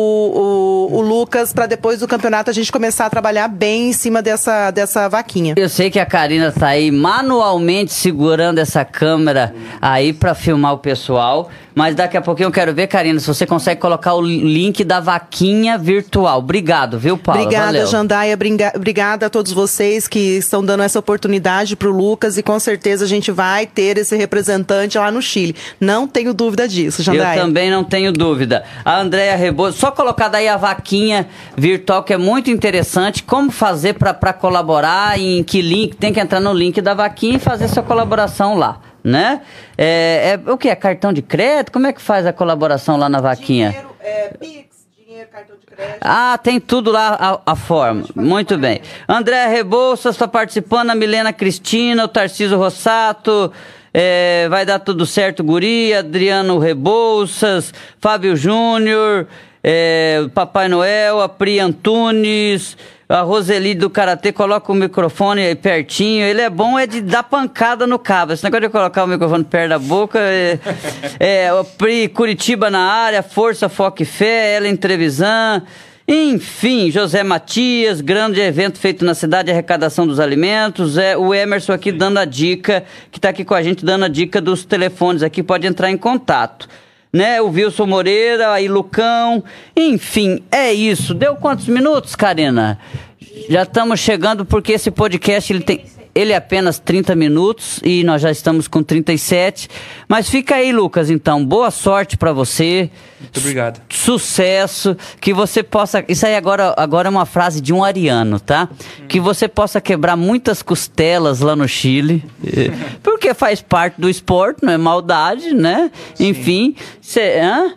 o, o, o Lucas para depois do campeonato a gente começar a trabalhar bem em cima dessa, dessa vaquinha. Eu sei que a Karina tá aí manualmente segurando essa câmera aí pra filmar o pessoal, mas daqui a pouquinho eu quero ver, Karina, se você consegue colocar o link da vaquinha virtual. Obrigado, viu, Paula? Obrigada, Valeu. Jandaia. Bringa- Obrigada a todos vocês que estão dando essa oportunidade para o Lucas e com certeza a gente vai ter esse representante lá no Chile. Não tenho dúvida disso, Jandaia. Eu também não tenho dúvida. A Andréia Rebouças, só colocar daí a vaquinha virtual, que é muito interessante. Como fazer para colaborar, em que link? Tem que entrar no link da vaquinha e fazer sua colaboração lá, né? É, é, o que? É cartão de crédito? Como é que faz a colaboração lá na vaquinha? Dinheiro, é, Pix, dinheiro, cartão de crédito. Ah, tem tudo lá, a, a forma. Muito bem. André Rebouças está participando, a Milena Cristina, o Tarcísio Rossato, é, vai dar tudo certo, Guri, Adriano Rebouças, Fábio Júnior, é, o Papai Noel, a Pri Antunes, a Roseli do Karatê, coloca o microfone aí pertinho. Ele é bom, é de dar pancada no cabo. Esse negócio de colocar o microfone perto da boca. É, é o Pri Curitiba na área, Força, Foco e Fé, Ellen Trevisan. Enfim, José Matias, grande evento feito na cidade, arrecadação dos alimentos. É, o Emerson aqui dando a dica, que está aqui com a gente, dando a dica dos telefones aqui, pode entrar em contato. Né, o Wilson Moreira, aí Lucão, enfim, é isso. Deu quantos minutos, Karina? Já estamos chegando, porque esse podcast ele tem, ele é apenas trinta minutos e nós já estamos com trinta e sete. Mas fica aí, Lucas, então, boa sorte para você. Muito obrigado. Sucesso, que você possa... Isso aí agora, agora é uma frase de um ariano, tá? Que você possa quebrar muitas costelas lá no Chile, eh, porque faz parte do esporte, não é maldade, né? Sim. Enfim, cê, hã?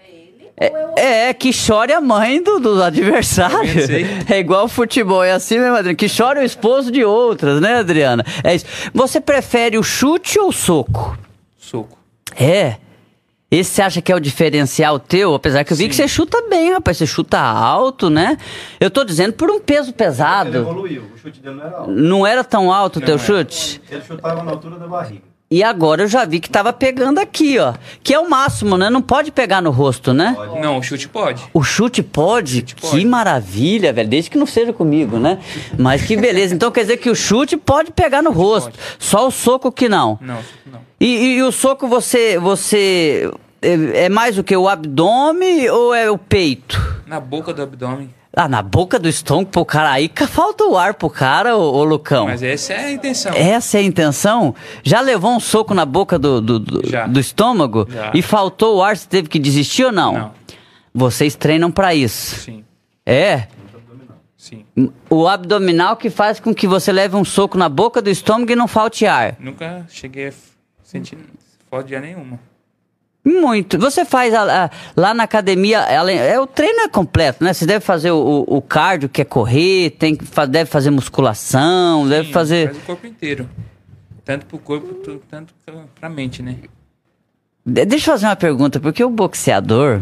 É, é, que chore a mãe do, do adversário. Eu sei. É igual futebol, é assim mesmo, Adriana. Que chore o esposo de outras, né, Adriana? É isso. Você prefere o chute ou o soco? Soco. É. Esse você acha que é o diferencial teu? Apesar que eu vi Sim. que você chuta bem, rapaz. Você chuta alto, né? Eu tô dizendo por um peso Ele pesado. evoluiu, o chute dele não era alto. Não era tão alto o teu Não. chute? Ele chutava na altura da barriga. E agora eu já vi que tava pegando aqui, ó. Que é o máximo, né? Não pode pegar no rosto, né? Não, o chute pode. O chute pode? chute pode. Que maravilha, velho. Desde que não seja comigo, né? Mas que beleza. Então quer dizer que o chute pode pegar no rosto. pode. Só o soco que não. Não, não. E, e- e o soco você... você é, é mais o que? O abdômen ou é o peito? Na boca do abdômen. Ah, na boca do estômago, pô, cara, aí que falta o ar pro cara, ô, ô Lucão. Mas essa é a intenção. Essa é a intenção? Já levou um soco na boca do, do, do, Já. do estômago? Já. E faltou o ar, você teve que desistir ou não? Não. Vocês treinam pra isso? Sim, É? sim. O abdominal que faz com que você leve um soco na boca do estômago e não falte ar. Nunca cheguei a f- sentir falta de ar nenhuma. Muito. Você faz a- a- lá na academia, além- é, o treino é completo, né? Você deve fazer o, o, o cardio, que é correr, tem, que fa- deve fazer musculação, deve Sim, fazer... Faz o corpo inteiro. Tanto pro corpo, tu- tanto pra- pra mente, né? Deixa eu fazer uma pergunta, porque o boxeador...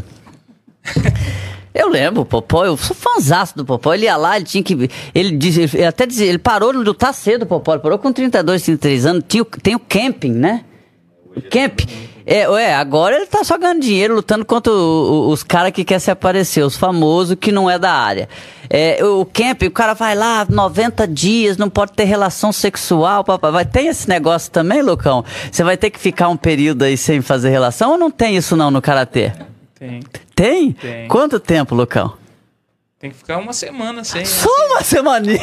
Eu lembro, o Popó, eu sou fãzaço do Popó. Ele ia lá, ele tinha que... Ele, dizia, ele até dizia, ele parou de lutar cedo, o Popó. Ele parou com trinta e dois, trinta e três anos. Tinha, tem o camping, né? O camping. É, é, agora ele tá só ganhando dinheiro lutando contra o, o, os caras que querem se aparecer, os famosos que não é da área. É, o camping, o cara vai lá, noventa dias, não pode ter relação sexual, papai. Vai, tem esse negócio também, Lucão? Você vai ter que ficar um período aí sem fazer relação ou não tem isso não no karatê? Tem. Tem? Tem. Quanto tempo, Lucão? Tem que ficar uma semana sem. Só uma semaninha?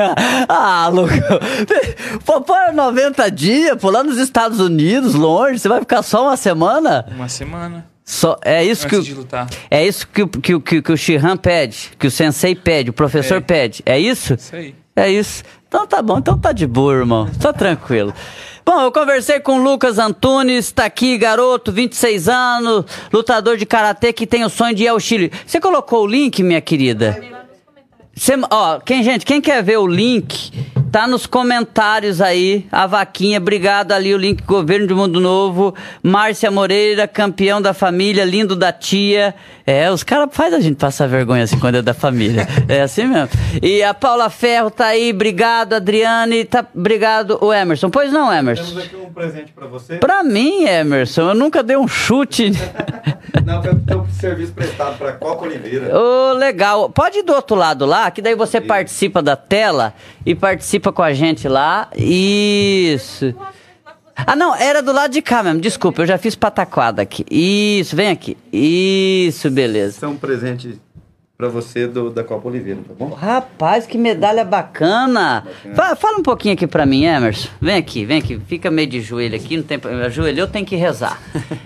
Ah, Lucão. Pô, pô, noventa dias, pô, lá nos Estados Unidos, longe, você vai ficar só uma semana? Uma semana. Só, é isso Antes que de lutar. É isso que, o- que, o- que, o- que o Shihan pede, que o sensei pede, o professor É. pede. É isso? Isso aí. É isso. Então tá bom, então tá de boa, irmão. Tá tranquilo. Bom, eu conversei com o Lucas Antunes, tá aqui, garoto, vinte e seis anos, lutador de karatê que tem o sonho de ir ao Chile. Você colocou o link, minha querida? Cê, ó, quem, gente, quem quer ver o link, tá nos comentários aí, a vaquinha, obrigado ali, o link Governo de Mundo Novo, Márcia Moreira, campeão da família, lindo da tia. É, os caras fazem a gente passar vergonha assim quando é da família. É assim mesmo. E a Paula Ferro tá aí, obrigado, Adriane, tá, obrigado, o Emerson. Pois não, Emerson? Temos aqui um presente pra você. Pra mim, Emerson, eu nunca dei um chute. Não, foi o teu serviço prestado pra Copa Oliveira. Ô, legal. Pode ir do outro lado lá, que daí você participa da tela e participa com a gente lá. Isso. Ah, não, era do lado de cá mesmo. Desculpa, eu já fiz pataquada aqui. Isso, vem aqui. Isso, beleza. Esse é um presente pra você do, da Copa Oliveira, tá bom? Rapaz, que medalha bacana. Fala, fala um pouquinho aqui pra mim, Emerson. Vem aqui, vem aqui. Fica meio de joelho aqui. Não tem, ajoelhou, tem que rezar.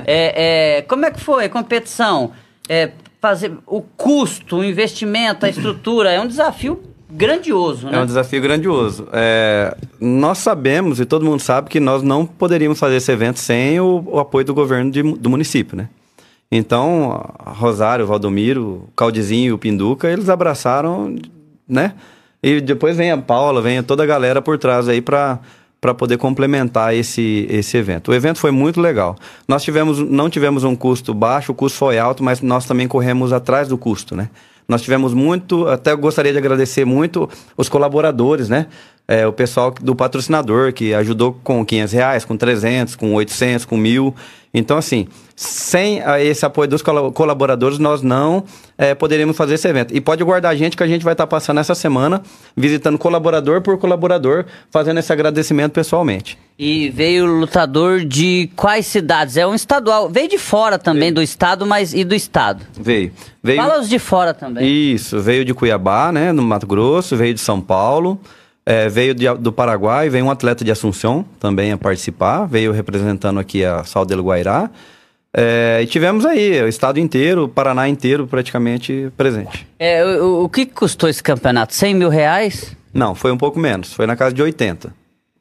É, é, como é que foi a competição? É, fazer o custo, o investimento, a estrutura. É um desafio grandioso, né? É um desafio grandioso. É, nós sabemos, e todo mundo sabe, que nós não poderíamos fazer esse evento sem o, o apoio do governo de- do município, né? Então, a Rosário, o Valdomiro, o Caldizinho e o Pinduca, eles abraçaram, né? E depois vem a Paula, vem toda a galera por trás aí para para poder complementar esse, esse evento. O evento foi muito legal. Nós tivemos, não tivemos um custo baixo, o custo foi alto, mas nós também corremos atrás do custo, né? Nós tivemos muito, até eu gostaria de agradecer muito os colaboradores, né? É, o pessoal do patrocinador que ajudou com quinhentos reais, com trezentos, com oitocentos, com mil. Então, assim, sem ah, esse apoio dos colo- colaboradores, nós não é, poderíamos fazer esse evento. E pode guardar a gente que a gente vai estar passando essa semana, visitando colaborador por colaborador, fazendo esse agradecimento pessoalmente. E veio lutador de quais cidades? É um estadual. Veio de fora também, do estado, mas e do estado? Veio. veio Fala os de fora também. Isso, veio de Cuiabá, né, no Mato Grosso, veio de São Paulo, é, veio de- do Paraguai, veio um atleta de Assunção também a participar, veio representando aqui a Sal del Guairá. É, e tivemos aí o estado inteiro, o Paraná inteiro praticamente presente. É, o, o que custou esse campeonato? cem mil reais? Não, foi um pouco menos, foi na casa de oitenta.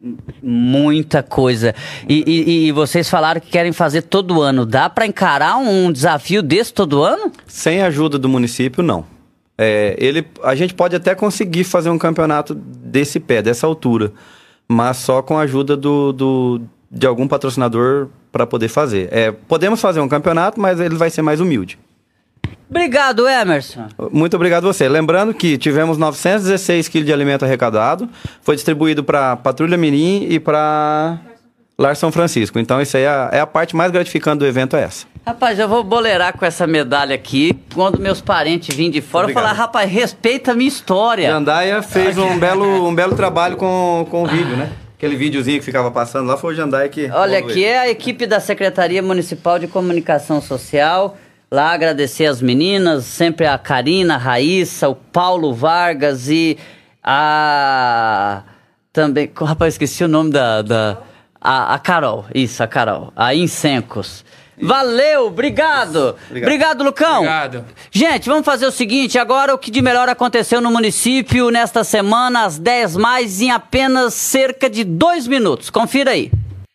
Muita coisa. E, e- e vocês falaram que querem fazer todo ano. Dá pra encarar um desafio desse todo ano? Sem a ajuda do município, não. É, ele, a gente pode até conseguir fazer um campeonato desse pé, dessa altura, mas só com a ajuda do, do- de algum patrocinador para poder fazer. É, podemos fazer um campeonato, mas ele vai ser mais humilde. Obrigado, Emerson. Muito obrigado a você. Lembrando que tivemos novecentos e dezesseis quilos de alimento arrecadado, foi distribuído para Patrulha Mirim e para Lar São Francisco. Então, isso aí é a, é a parte mais gratificante do evento, é essa. Rapaz, eu vou boleirar com essa medalha aqui. Quando meus parentes virem de fora, eu Obrigado. falar, rapaz, respeita a minha história. Jandaia fez um belo, um belo trabalho com, com o vídeo, né? Aquele videozinho que ficava passando lá foi o Jandaia que... Olha, aqui é a equipe da Secretaria Municipal de Comunicação Social. Lá agradecer as meninas, sempre a Karina, a Raíssa, o Paulo Vargas e a... Também... Rapaz, esqueci o nome da... da a, a Carol, isso, a Carol. A Insencos. Valeu, obrigado. Obrigado. Obrigado, Lucão. Obrigado. Gente, vamos fazer o seguinte, agora o que de melhor aconteceu no município nesta semana, às dez mais, em apenas cerca de dois minutos. Confira aí.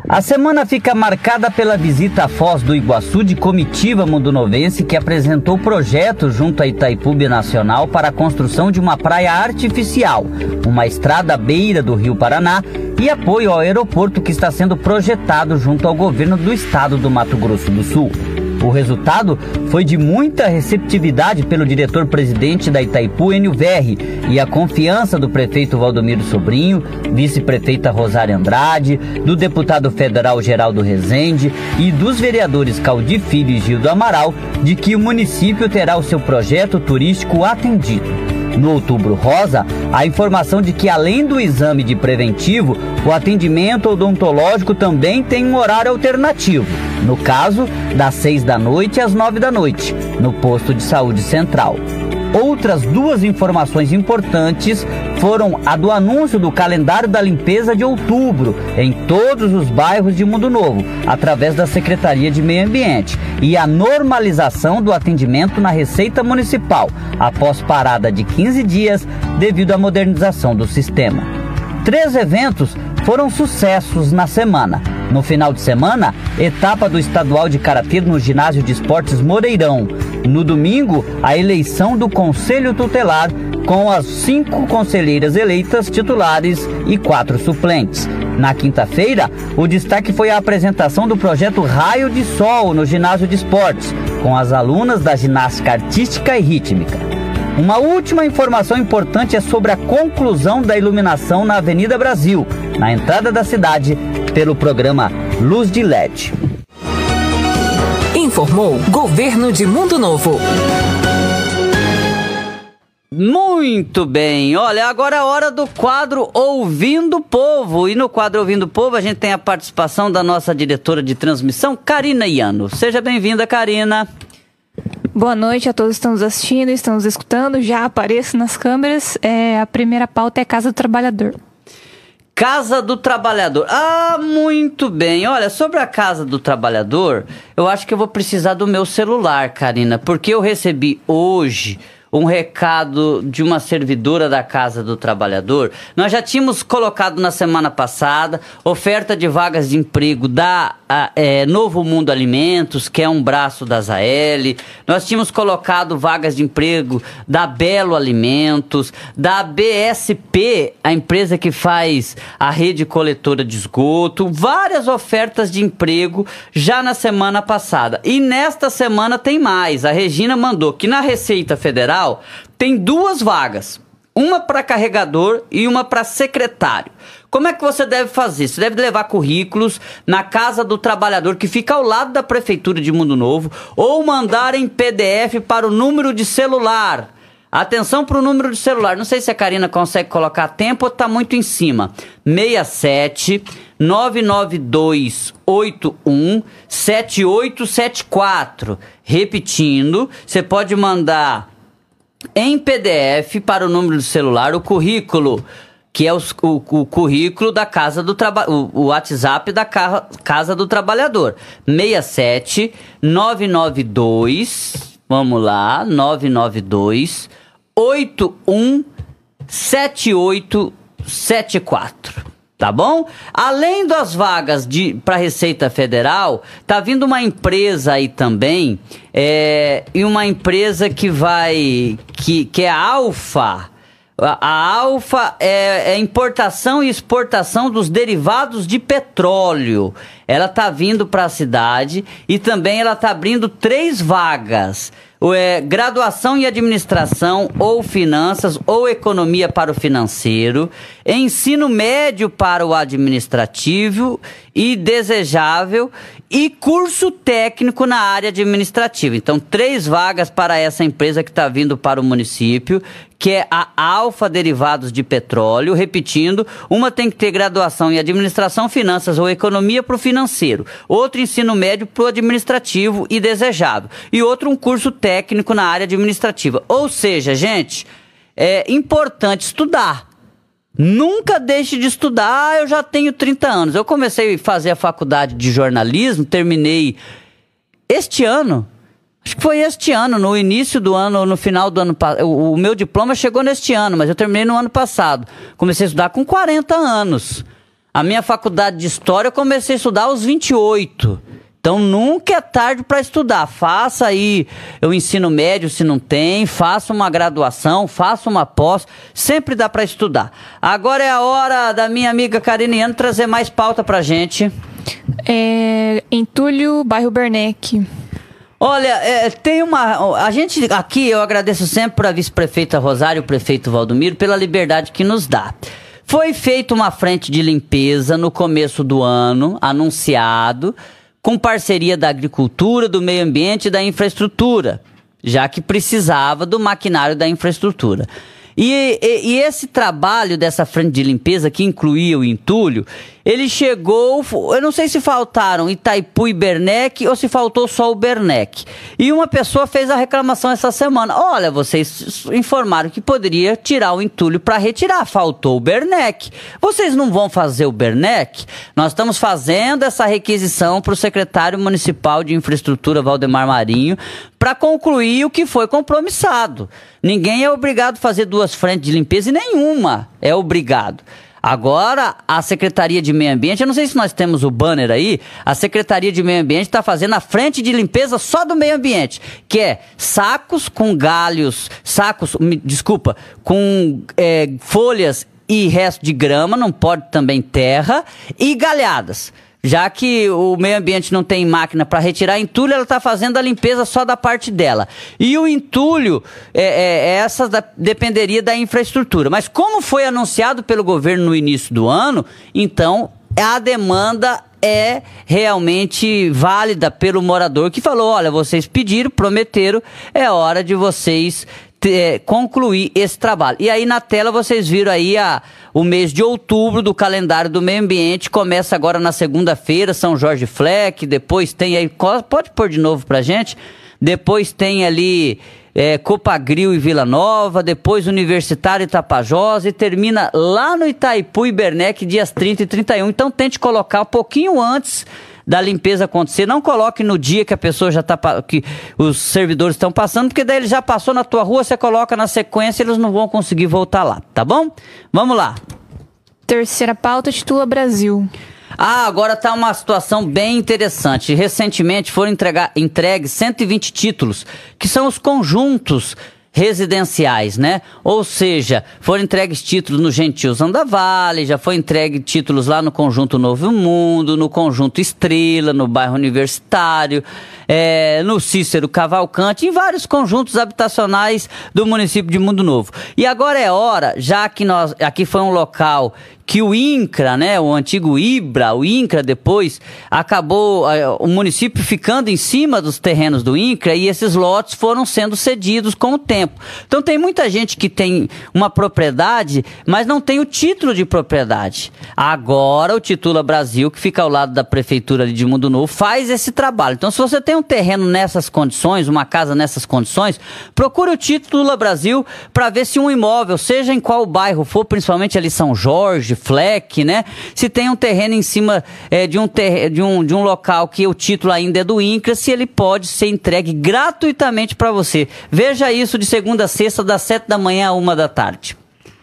A semana fica marcada pela visita à Foz do Iguaçu de comitiva mundunovense que apresentou projeto junto à Itaipu Binacional para a construção de uma praia artificial, uma estrada à beira do Rio Paraná e apoio ao aeroporto que está sendo projetado junto ao governo do estado do Mato Grosso do Sul. O resultado foi de muita receptividade pelo diretor-presidente da Itaipu, Enio Verri, e a confiança do prefeito Valdomiro Sobrinho, vice-prefeita Rosária Andrade, do deputado federal Geraldo Rezende e dos vereadores Caldi Filho e Gildo Amaral de que o município terá o seu projeto turístico atendido. No Outubro Rosa, a informação de que além do exame de preventivo, o atendimento odontológico também tem um horário alternativo. No caso, das seis da noite às nove da noite, no posto de saúde central. Outras duas informações importantes foram a do anúncio do calendário da limpeza de outubro em todos os bairros de Mundo Novo, através da Secretaria de Meio Ambiente, e a normalização do atendimento na Receita Municipal, após parada de quinze dias devido à modernização do sistema. Três eventos foram sucessos na semana. No final de semana, etapa do Estadual de Karatê no Ginásio de Esportes Moreirão. No domingo, a eleição do Conselho Tutelar, com as cinco conselheiras eleitas titulares e quatro suplentes. Na quinta-feira, o destaque foi a apresentação do projeto Raio de Sol no Ginásio de Esportes, com as alunas da ginástica artística e rítmica. Uma última informação importante é sobre a conclusão da iluminação na Avenida Brasil, na entrada da cidade, pelo programa Luz de L E D. Informou Governo de Mundo Novo. Muito bem, olha, agora é a hora do quadro Ouvindo o Povo. E no quadro Ouvindo o Povo a gente tem a participação da nossa diretora de transmissão, Karina Iano. Seja bem-vinda, Karina. Boa noite a todos que estão nos assistindo, estão nos escutando. Já apareço nas câmeras. É, a primeira pauta é Casa do Trabalhador. Casa do Trabalhador. Ah, muito bem. Olha, sobre a Casa do Trabalhador, eu acho que eu vou precisar do meu celular, Karina, porque eu recebi hoje um recado de uma servidora da Casa do Trabalhador. Nós já tínhamos colocado na semana passada oferta de vagas de emprego da a, é, Novo Mundo Alimentos, que é um braço da Zael. Nós tínhamos colocado vagas de emprego da Belo Alimentos, da B S P, a empresa que faz a rede coletora de esgoto. Várias ofertas de emprego já na semana passada. E nesta semana tem mais. A Regina mandou que na Receita Federal tem duas vagas, uma para carregador e uma para secretário. Como é que você deve fazer? Você deve levar currículos na Casa do Trabalhador, que fica ao lado da Prefeitura de Mundo Novo, ou mandar em P D F para o número de celular. Atenção para o número de celular, não sei se a Karina consegue colocar a tempo ou está muito em cima. seis sete nove nove dois oito um sete oito sete quatro. Repetindo, você pode mandar em P D F para o número do celular o currículo, que é o, o, o currículo da Casa do Trabalhador, o, o WhatsApp da ca, Casa do Trabalhador. seis sete nove nove dois, vamos lá, nove nove dois oito um sete oito sete quatro. Tá bom? Além das vagas para a Receita Federal, tá vindo uma empresa aí também, é, e uma empresa que vai, que, que é a Alfa. A, a Alfa é, é importação e exportação dos derivados de petróleo. Ela tá vindo para a cidade e também ela tá abrindo três vagas. É, graduação em administração ou finanças ou economia para o financeiro, ensino médio para o administrativo e desejável e curso técnico na área administrativa. Então, três vagas para essa empresa que está vindo para o município, que é a Alfa Derivados de Petróleo. Repetindo, uma tem que ter graduação em administração, finanças ou economia para o financeiro, outro ensino médio para o administrativo e desejável, e outro um curso técnico na área administrativa. Ou seja, gente, é importante estudar. Nunca deixe de estudar. Ah, eu já tenho trinta anos. Eu comecei a fazer a faculdade de jornalismo, terminei este ano. Acho que foi este ano, no início do ano, no final do ano passado. O meu diploma chegou neste ano, mas eu terminei no ano passado. Comecei a estudar com quarenta anos. A minha faculdade de História eu comecei a estudar aos vinte e oito. Então nunca é tarde para estudar. Faça aí o ensino médio se não tem, faça uma graduação, faça uma pós, sempre dá para estudar. Agora é a hora da minha amiga Kariniane trazer mais pauta pra gente. É, Entulho, bairro Bernec. Olha, é, tem uma... A gente aqui, eu agradeço sempre para a vice-prefeita Rosário e o prefeito Valdomiro pela liberdade que nos dá. Foi feita uma frente de limpeza no começo do ano, anunciado, com parceria da agricultura, do meio ambiente e da infraestrutura, já que precisava do maquinário da infraestrutura. E, e, e esse trabalho dessa frente de limpeza, que incluía o entulho, ele chegou, eu não sei se faltaram Itaipu e Bernec ou se faltou só o Bernec. E uma pessoa fez a reclamação essa semana. Olha, vocês informaram que poderia tirar o entulho para retirar, faltou o Bernec. Vocês não vão fazer o Bernec? Nós estamos fazendo essa requisição para o secretário municipal de infraestrutura, Valdemar Marinho, para concluir o que foi compromissado. Ninguém é obrigado a fazer duas frentes de limpeza e nenhuma é obrigado. Agora, a Secretaria de Meio Ambiente, eu não sei se nós temos o banner aí, a Secretaria de Meio Ambiente está fazendo a frente de limpeza só do meio ambiente, que é sacos com galhos, sacos, me, desculpa, com é, folhas e resto de grama, não pode também terra, e galhadas. Já que o meio ambiente não tem máquina para retirar entulho, ela está fazendo a limpeza só da parte dela. E o entulho, é, é, essa da, dependeria da infraestrutura. Mas como foi anunciado pelo governo no início do ano, então a demanda é realmente válida pelo morador que falou, olha, vocês pediram, prometeram, é hora de vocês... É, concluir esse trabalho. E aí na tela vocês viram aí a, o mês de outubro do calendário do meio ambiente, começa agora na segunda-feira, São Jorge Fleck, depois tem aí, pode pôr de novo pra gente, depois tem ali é, Copagril e Vila Nova, depois Universitário e Tapajós e termina lá no Itaipu e Bernec dias trinta e trinta e um, então tente colocar um pouquinho antes da limpeza acontecer, não coloque no dia que a pessoa já tá, que os servidores estão passando, porque daí ele já passou na tua rua, você coloca na sequência, eles não vão conseguir voltar lá, tá bom? Vamos lá. Terceira pauta, titula Brasil. Ah, agora tá uma situação bem interessante. Recentemente foram entregar, entregues cento e vinte títulos, que são os conjuntos residenciais, né? Ou seja, foram entregues títulos no Gentil Zandavale, já foi entregue títulos lá no Conjunto Novo Mundo, no Conjunto Estrela, no bairro Universitário, é, no Cícero Cavalcante, em vários conjuntos habitacionais do município de Mundo Novo. E agora é hora, já que nós, aqui foi um local que o INCRA, né, o antigo IBRA, o INCRA depois, acabou uh, o município ficando em cima dos terrenos do INCRA e esses lotes foram sendo cedidos com o tempo. Então tem muita gente que tem uma propriedade, mas não tem o título de propriedade. Agora o Titula Brasil, que fica ao lado da prefeitura ali de Mundo Novo, faz esse trabalho. Então se você tem um terreno nessas condições, uma casa nessas condições, procure o Titula Brasil para ver se um imóvel, seja em qual bairro for, principalmente ali São Jorge, Fleck, né? Se tem um terreno em cima é, de, um ter... de, um, de um local que o título ainda é do INCRA, se ele pode ser entregue gratuitamente para você. Veja isso de segunda a sexta, das sete da manhã a uma da tarde.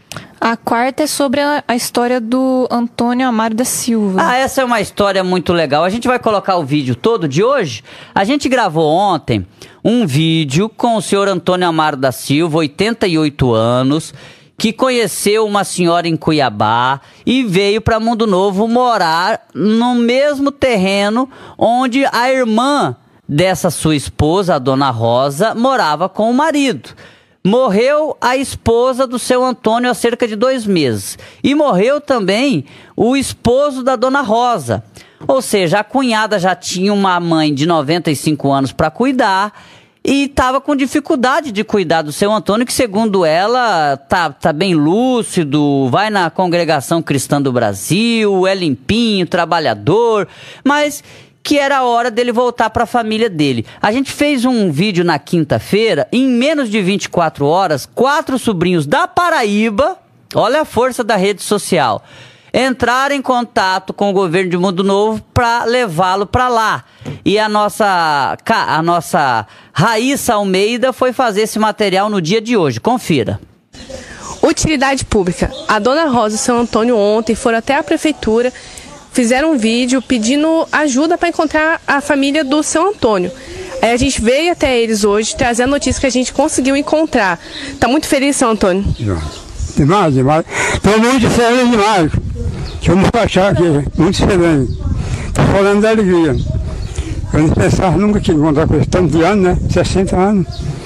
A quarta é sobre a, a história do Antônio Amaro da Silva. Ah, essa é uma história muito legal. A gente vai colocar o vídeo todo de hoje. A gente gravou ontem um vídeo com o senhor Antônio Amaro da Silva, oitenta e oito anos, que conheceu uma senhora em Cuiabá e veio para Mundo Novo morar no mesmo terreno onde a irmã dessa sua esposa, a dona Rosa, morava com o marido. Morreu a esposa do seu Antônio há cerca de dois meses. E morreu também o esposo da dona Rosa. Ou seja, a cunhada já tinha uma mãe de noventa e cinco anos para cuidar e estava com dificuldade de cuidar do seu Antônio, que segundo ela tá, tá bem lúcido, vai na Congregação Cristã do Brasil, é limpinho, trabalhador, mas que era a hora dele voltar para a família dele. A gente fez um vídeo na quinta-feira, em menos de vinte e quatro horas, quatro sobrinhos da Paraíba, olha a força da rede social, entraram em contato com o governo de Mundo Novo para levá-lo para lá. E a nossa, a nossa Raíssa Almeida foi fazer esse material no dia de hoje. Confira. O Utilidade pública. A dona Rosa e o seu Antônio ontem foram até a prefeitura, fizeram um vídeo pedindo ajuda para encontrar a família do seu Antônio. Aí a gente veio até eles hoje trazer a notícia que a gente conseguiu encontrar. Tá muito feliz, seu Antônio? Demais, demais. Estou muito feliz demais. Deixa eu me achar aqui, muito feliz. Estou falando da alegria. Eu não pensava nunca que encontrar com esse tanto de anos, né? sessenta anos.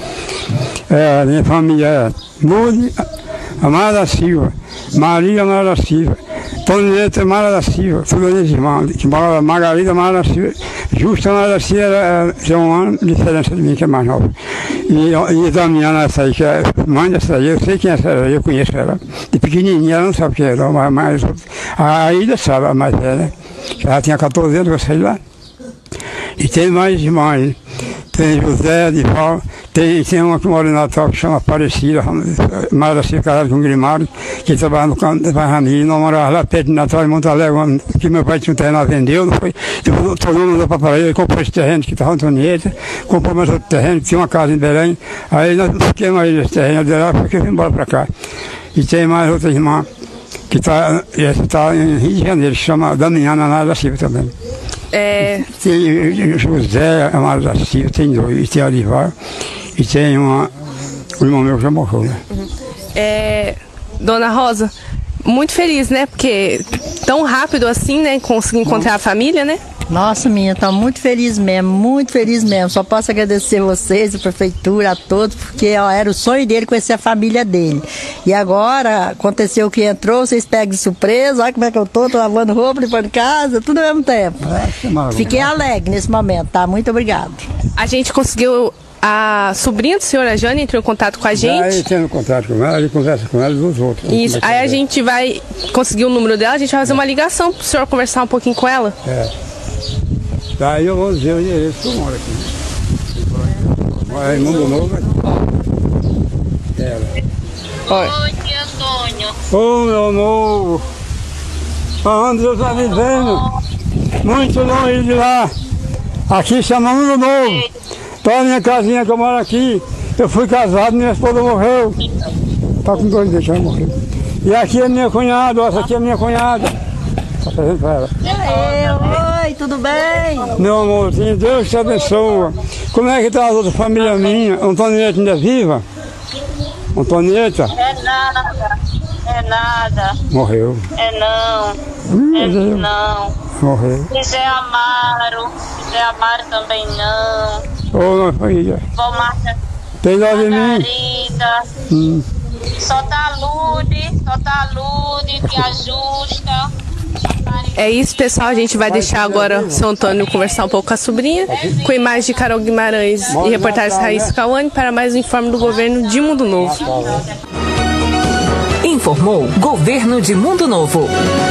É, minha família é Mude Amara da Silva, Maria Amara da Silva, Toneta Amara da Silva, todos eles irmãos, que morava Margarida Amara da Silva, Justa Amara da Silva, era, tinha um ano de diferença de mim, que é mais nova. E, e Damiana, essa aí, que é mãe dessa aí, eu sei quem é essa aí, eu conheço ela. De pequenininha, ela não sabe quem era, mas, mas a Ilha sabe, a mais velha. Ela tinha catorze anos, eu saí lá. E tem mais irmãs, tem José de Val, tem, tem uma que mora em Natal que chama Aparecida, Mara da Silva, casada com o Grimaldo, que trabalha no campo da Ramiro, não morava lá perto de Natal, em Monte Alegre, que meu pai tinha um terreno, vendeu, não foi? Depois todo mundo mandou para Paraíba, ele comprou esse terreno que estava Antonieta, comprou mais outro terreno, que tinha uma casa em Belém, aí nós fiquemos aí nesse terreno de lá, porque eu vim embora para cá. E tem mais outra irmã, que está tá em Rio de Janeiro, que chama Damiana Amara da Silva também. É... Tem José Amaro da Silva, tem dois, e tem Alivar, e tem uma, o irmão meu que já morreu, né? Uhum. É, dona Rosa, muito feliz, né? Porque tão rápido assim, né? Conseguir encontrar a família, né? Nossa, minha, tá muito feliz mesmo, muito feliz mesmo. Só posso agradecer vocês, a prefeitura, a todos, porque ó, era o sonho dele conhecer a família dele. E agora, aconteceu que entrou, vocês pegam de surpresa, olha como é que eu tô, tô lavando roupa, limpando casa, tudo ao mesmo tempo. É, Fiquei alegre nesse momento, tá? Muito obrigado. A gente conseguiu, a sobrinha do senhor, a Jane, entrou em contato com a gente. Aí tendo contato com ela, a gente conversa com ela e dos outros. Isso, aí a gente vai conseguir o número dela, a gente vai fazer uma ligação pro senhor conversar um pouquinho com ela. É. Daí eu vou dizer o endereço que eu moro aqui. Mora em Mundo Novo. Oi, Antônio. Ô, meu novo. Onde eu estou vivendo? Muito longe de lá. Aqui chama Mundo Novo. Tá a minha casinha que eu moro aqui. Eu fui casado, minha esposa morreu. Tá com dois dias que ela morreu. E aqui é minha cunhada, essa aqui é minha cunhada. Tá fazendo pra ela. Ei, oi, tudo bem? Meu amorzinho, Deus te abençoa. Como é que tá a outra família minha? Antonieta ainda é viva? Antonieta? É nada, é nada. Morreu. É não, Hum, é Deus. não. Morreu. Zé Amaro, Zé Amaro também não. Ô, minha família. Vó Marta, Tem dó de mim? Margarida. Hum. Só tá a Lude, só tá a Lude, que ajusta. É isso, pessoal. A gente vai deixar agora o seu Antônio conversar um pouco com a sobrinha, com imagens de Carol Guimarães e reportagens Raíssa Cauane para mais um informe do governo de Mundo Novo. Informou Governo de Mundo Novo.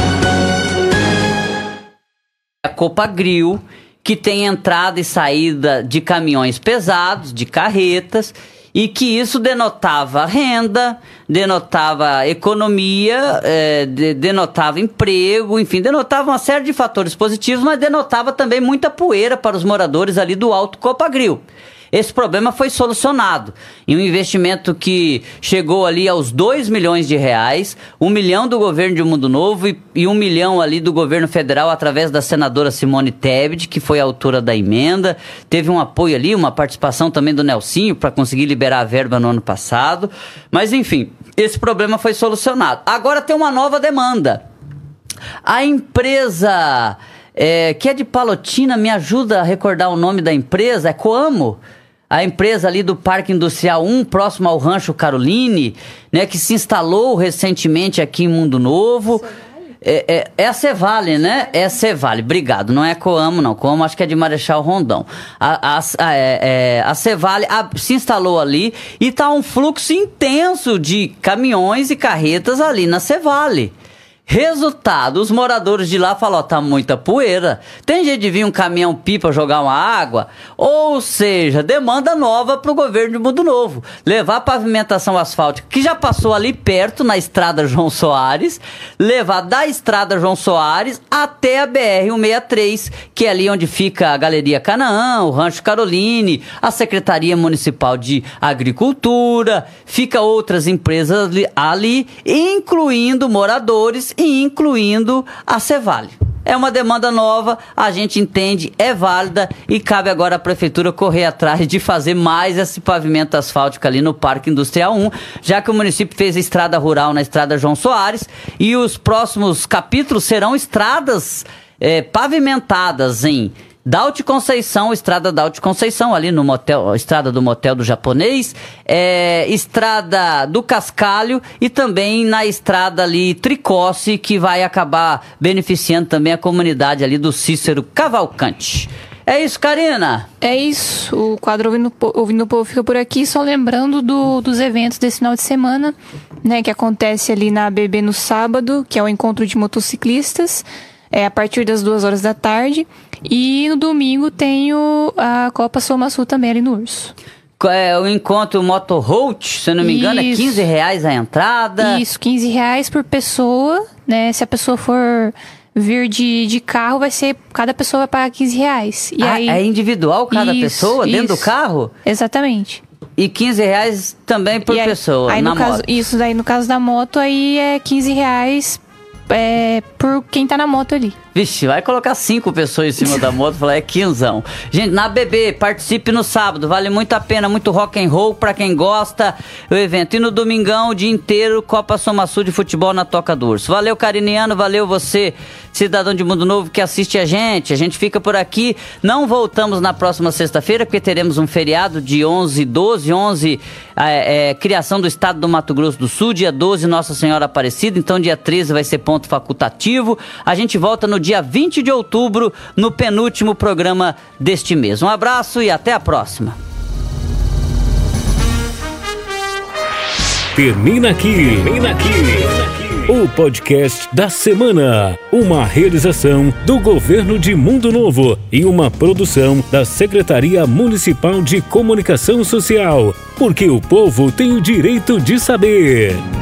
A Copagril, que tem entrada e saída de caminhões pesados, de carretas, e que isso denotava renda, denotava economia, é, de, denotava emprego, enfim, denotava uma série de fatores positivos, mas denotava também muita poeira para os moradores ali do Alto Copagril. Esse problema foi solucionado em um investimento que chegou ali aos dois milhões de reais, um milhão do governo de Mundo Novo e, e um milhão ali do governo federal através da senadora Simone Tebet, que foi a autora da emenda. Teve um apoio ali, uma participação também do Nelsinho para conseguir liberar a verba no ano passado. Mas enfim, esse problema foi solucionado. Agora tem uma nova demanda. A empresa é, que é de Palotina, me ajuda a recordar o nome da empresa, é Coamo? A empresa ali do Parque Industrial um, próximo ao Rancho Caroline, né, que se instalou recentemente aqui em Mundo Novo. É, é, é a Cevale, né? É a Cevale, obrigado. Não é Coamo, não. Coamo acho que é de Marechal Rondon. A, a, a, é, a Cevale a, se instalou ali e está um fluxo intenso de caminhões e carretas ali na Cevale. Resultado, os moradores de lá falam, ó, tá muita poeira, tem jeito de vir um caminhão-pipa jogar uma água? Ou seja, demanda nova pro governo de Mundo Novo, levar a pavimentação asfáltica, que já passou ali perto, na estrada João Soares, levar da estrada João Soares até a B R cento e sessenta e três, que é ali onde fica a Galeria Canaã, o Rancho Caroline, a Secretaria Municipal de Agricultura, fica outras empresas ali, ali incluindo moradores e incluindo a Cevale. É uma demanda nova, a gente entende, é válida e cabe agora à Prefeitura correr atrás de fazer mais esse pavimento asfáltico ali no Parque Industrial um, já que o município fez a estrada rural na estrada João Soares e os próximos capítulos serão estradas é, pavimentadas em Daute Conceição, estrada Daute Conceição, ali no motel, estrada do motel do japonês, é, estrada do Cascalho e também na estrada ali Tricosse, que vai acabar beneficiando também a comunidade ali do Cícero Cavalcante. É isso, Karina? É isso, o quadro Ouvindo, Ouvindo o Povo fica por aqui, só lembrando do, dos eventos desse final de semana, né, que acontece ali na A B B no sábado, que é o encontro de motociclistas, é a partir das duas horas da tarde. E no domingo tem o, a Copa Soma Sul também ali no Urso. É, o encontro Moto Road, se eu não me engano, Isso. é quinze reais a entrada. Isso, quinze reais por pessoa, né? Se a pessoa for vir de, de carro, vai ser, cada pessoa vai pagar quinze reais. E ah, aí, é individual cada isso, pessoa isso. dentro do carro? Exatamente. E quinze reais também por aí, pessoa, aí na no moto. Caso, isso daí, no caso da moto, aí é quinze reais é, por quem tá na moto ali. Vixe, vai colocar cinco pessoas em cima da moto e falar, é quinzão. Gente, na B B, participe no sábado, vale muito a pena, muito rock and roll pra quem gosta do evento. E no domingão, o dia inteiro, Copa Soma Sul de futebol na Toca do Urso. Valeu, Cariniano, valeu você, cidadão de Mundo Novo que assiste a gente. A gente fica por aqui, não voltamos na próxima sexta-feira, porque teremos um feriado de onze, doze, onze, é, é, criação do estado do Mato Grosso do Sul, dia doze, Nossa Senhora Aparecida, então dia treze vai ser ponto facultativo. A gente volta no dia vinte de outubro, no penúltimo programa deste mês. Um abraço e até a próxima. Termina aqui, termina aqui, o podcast da semana, uma realização do Governo de Mundo Novo e uma produção da Secretaria Municipal de Comunicação Social, porque o povo tem o direito de saber.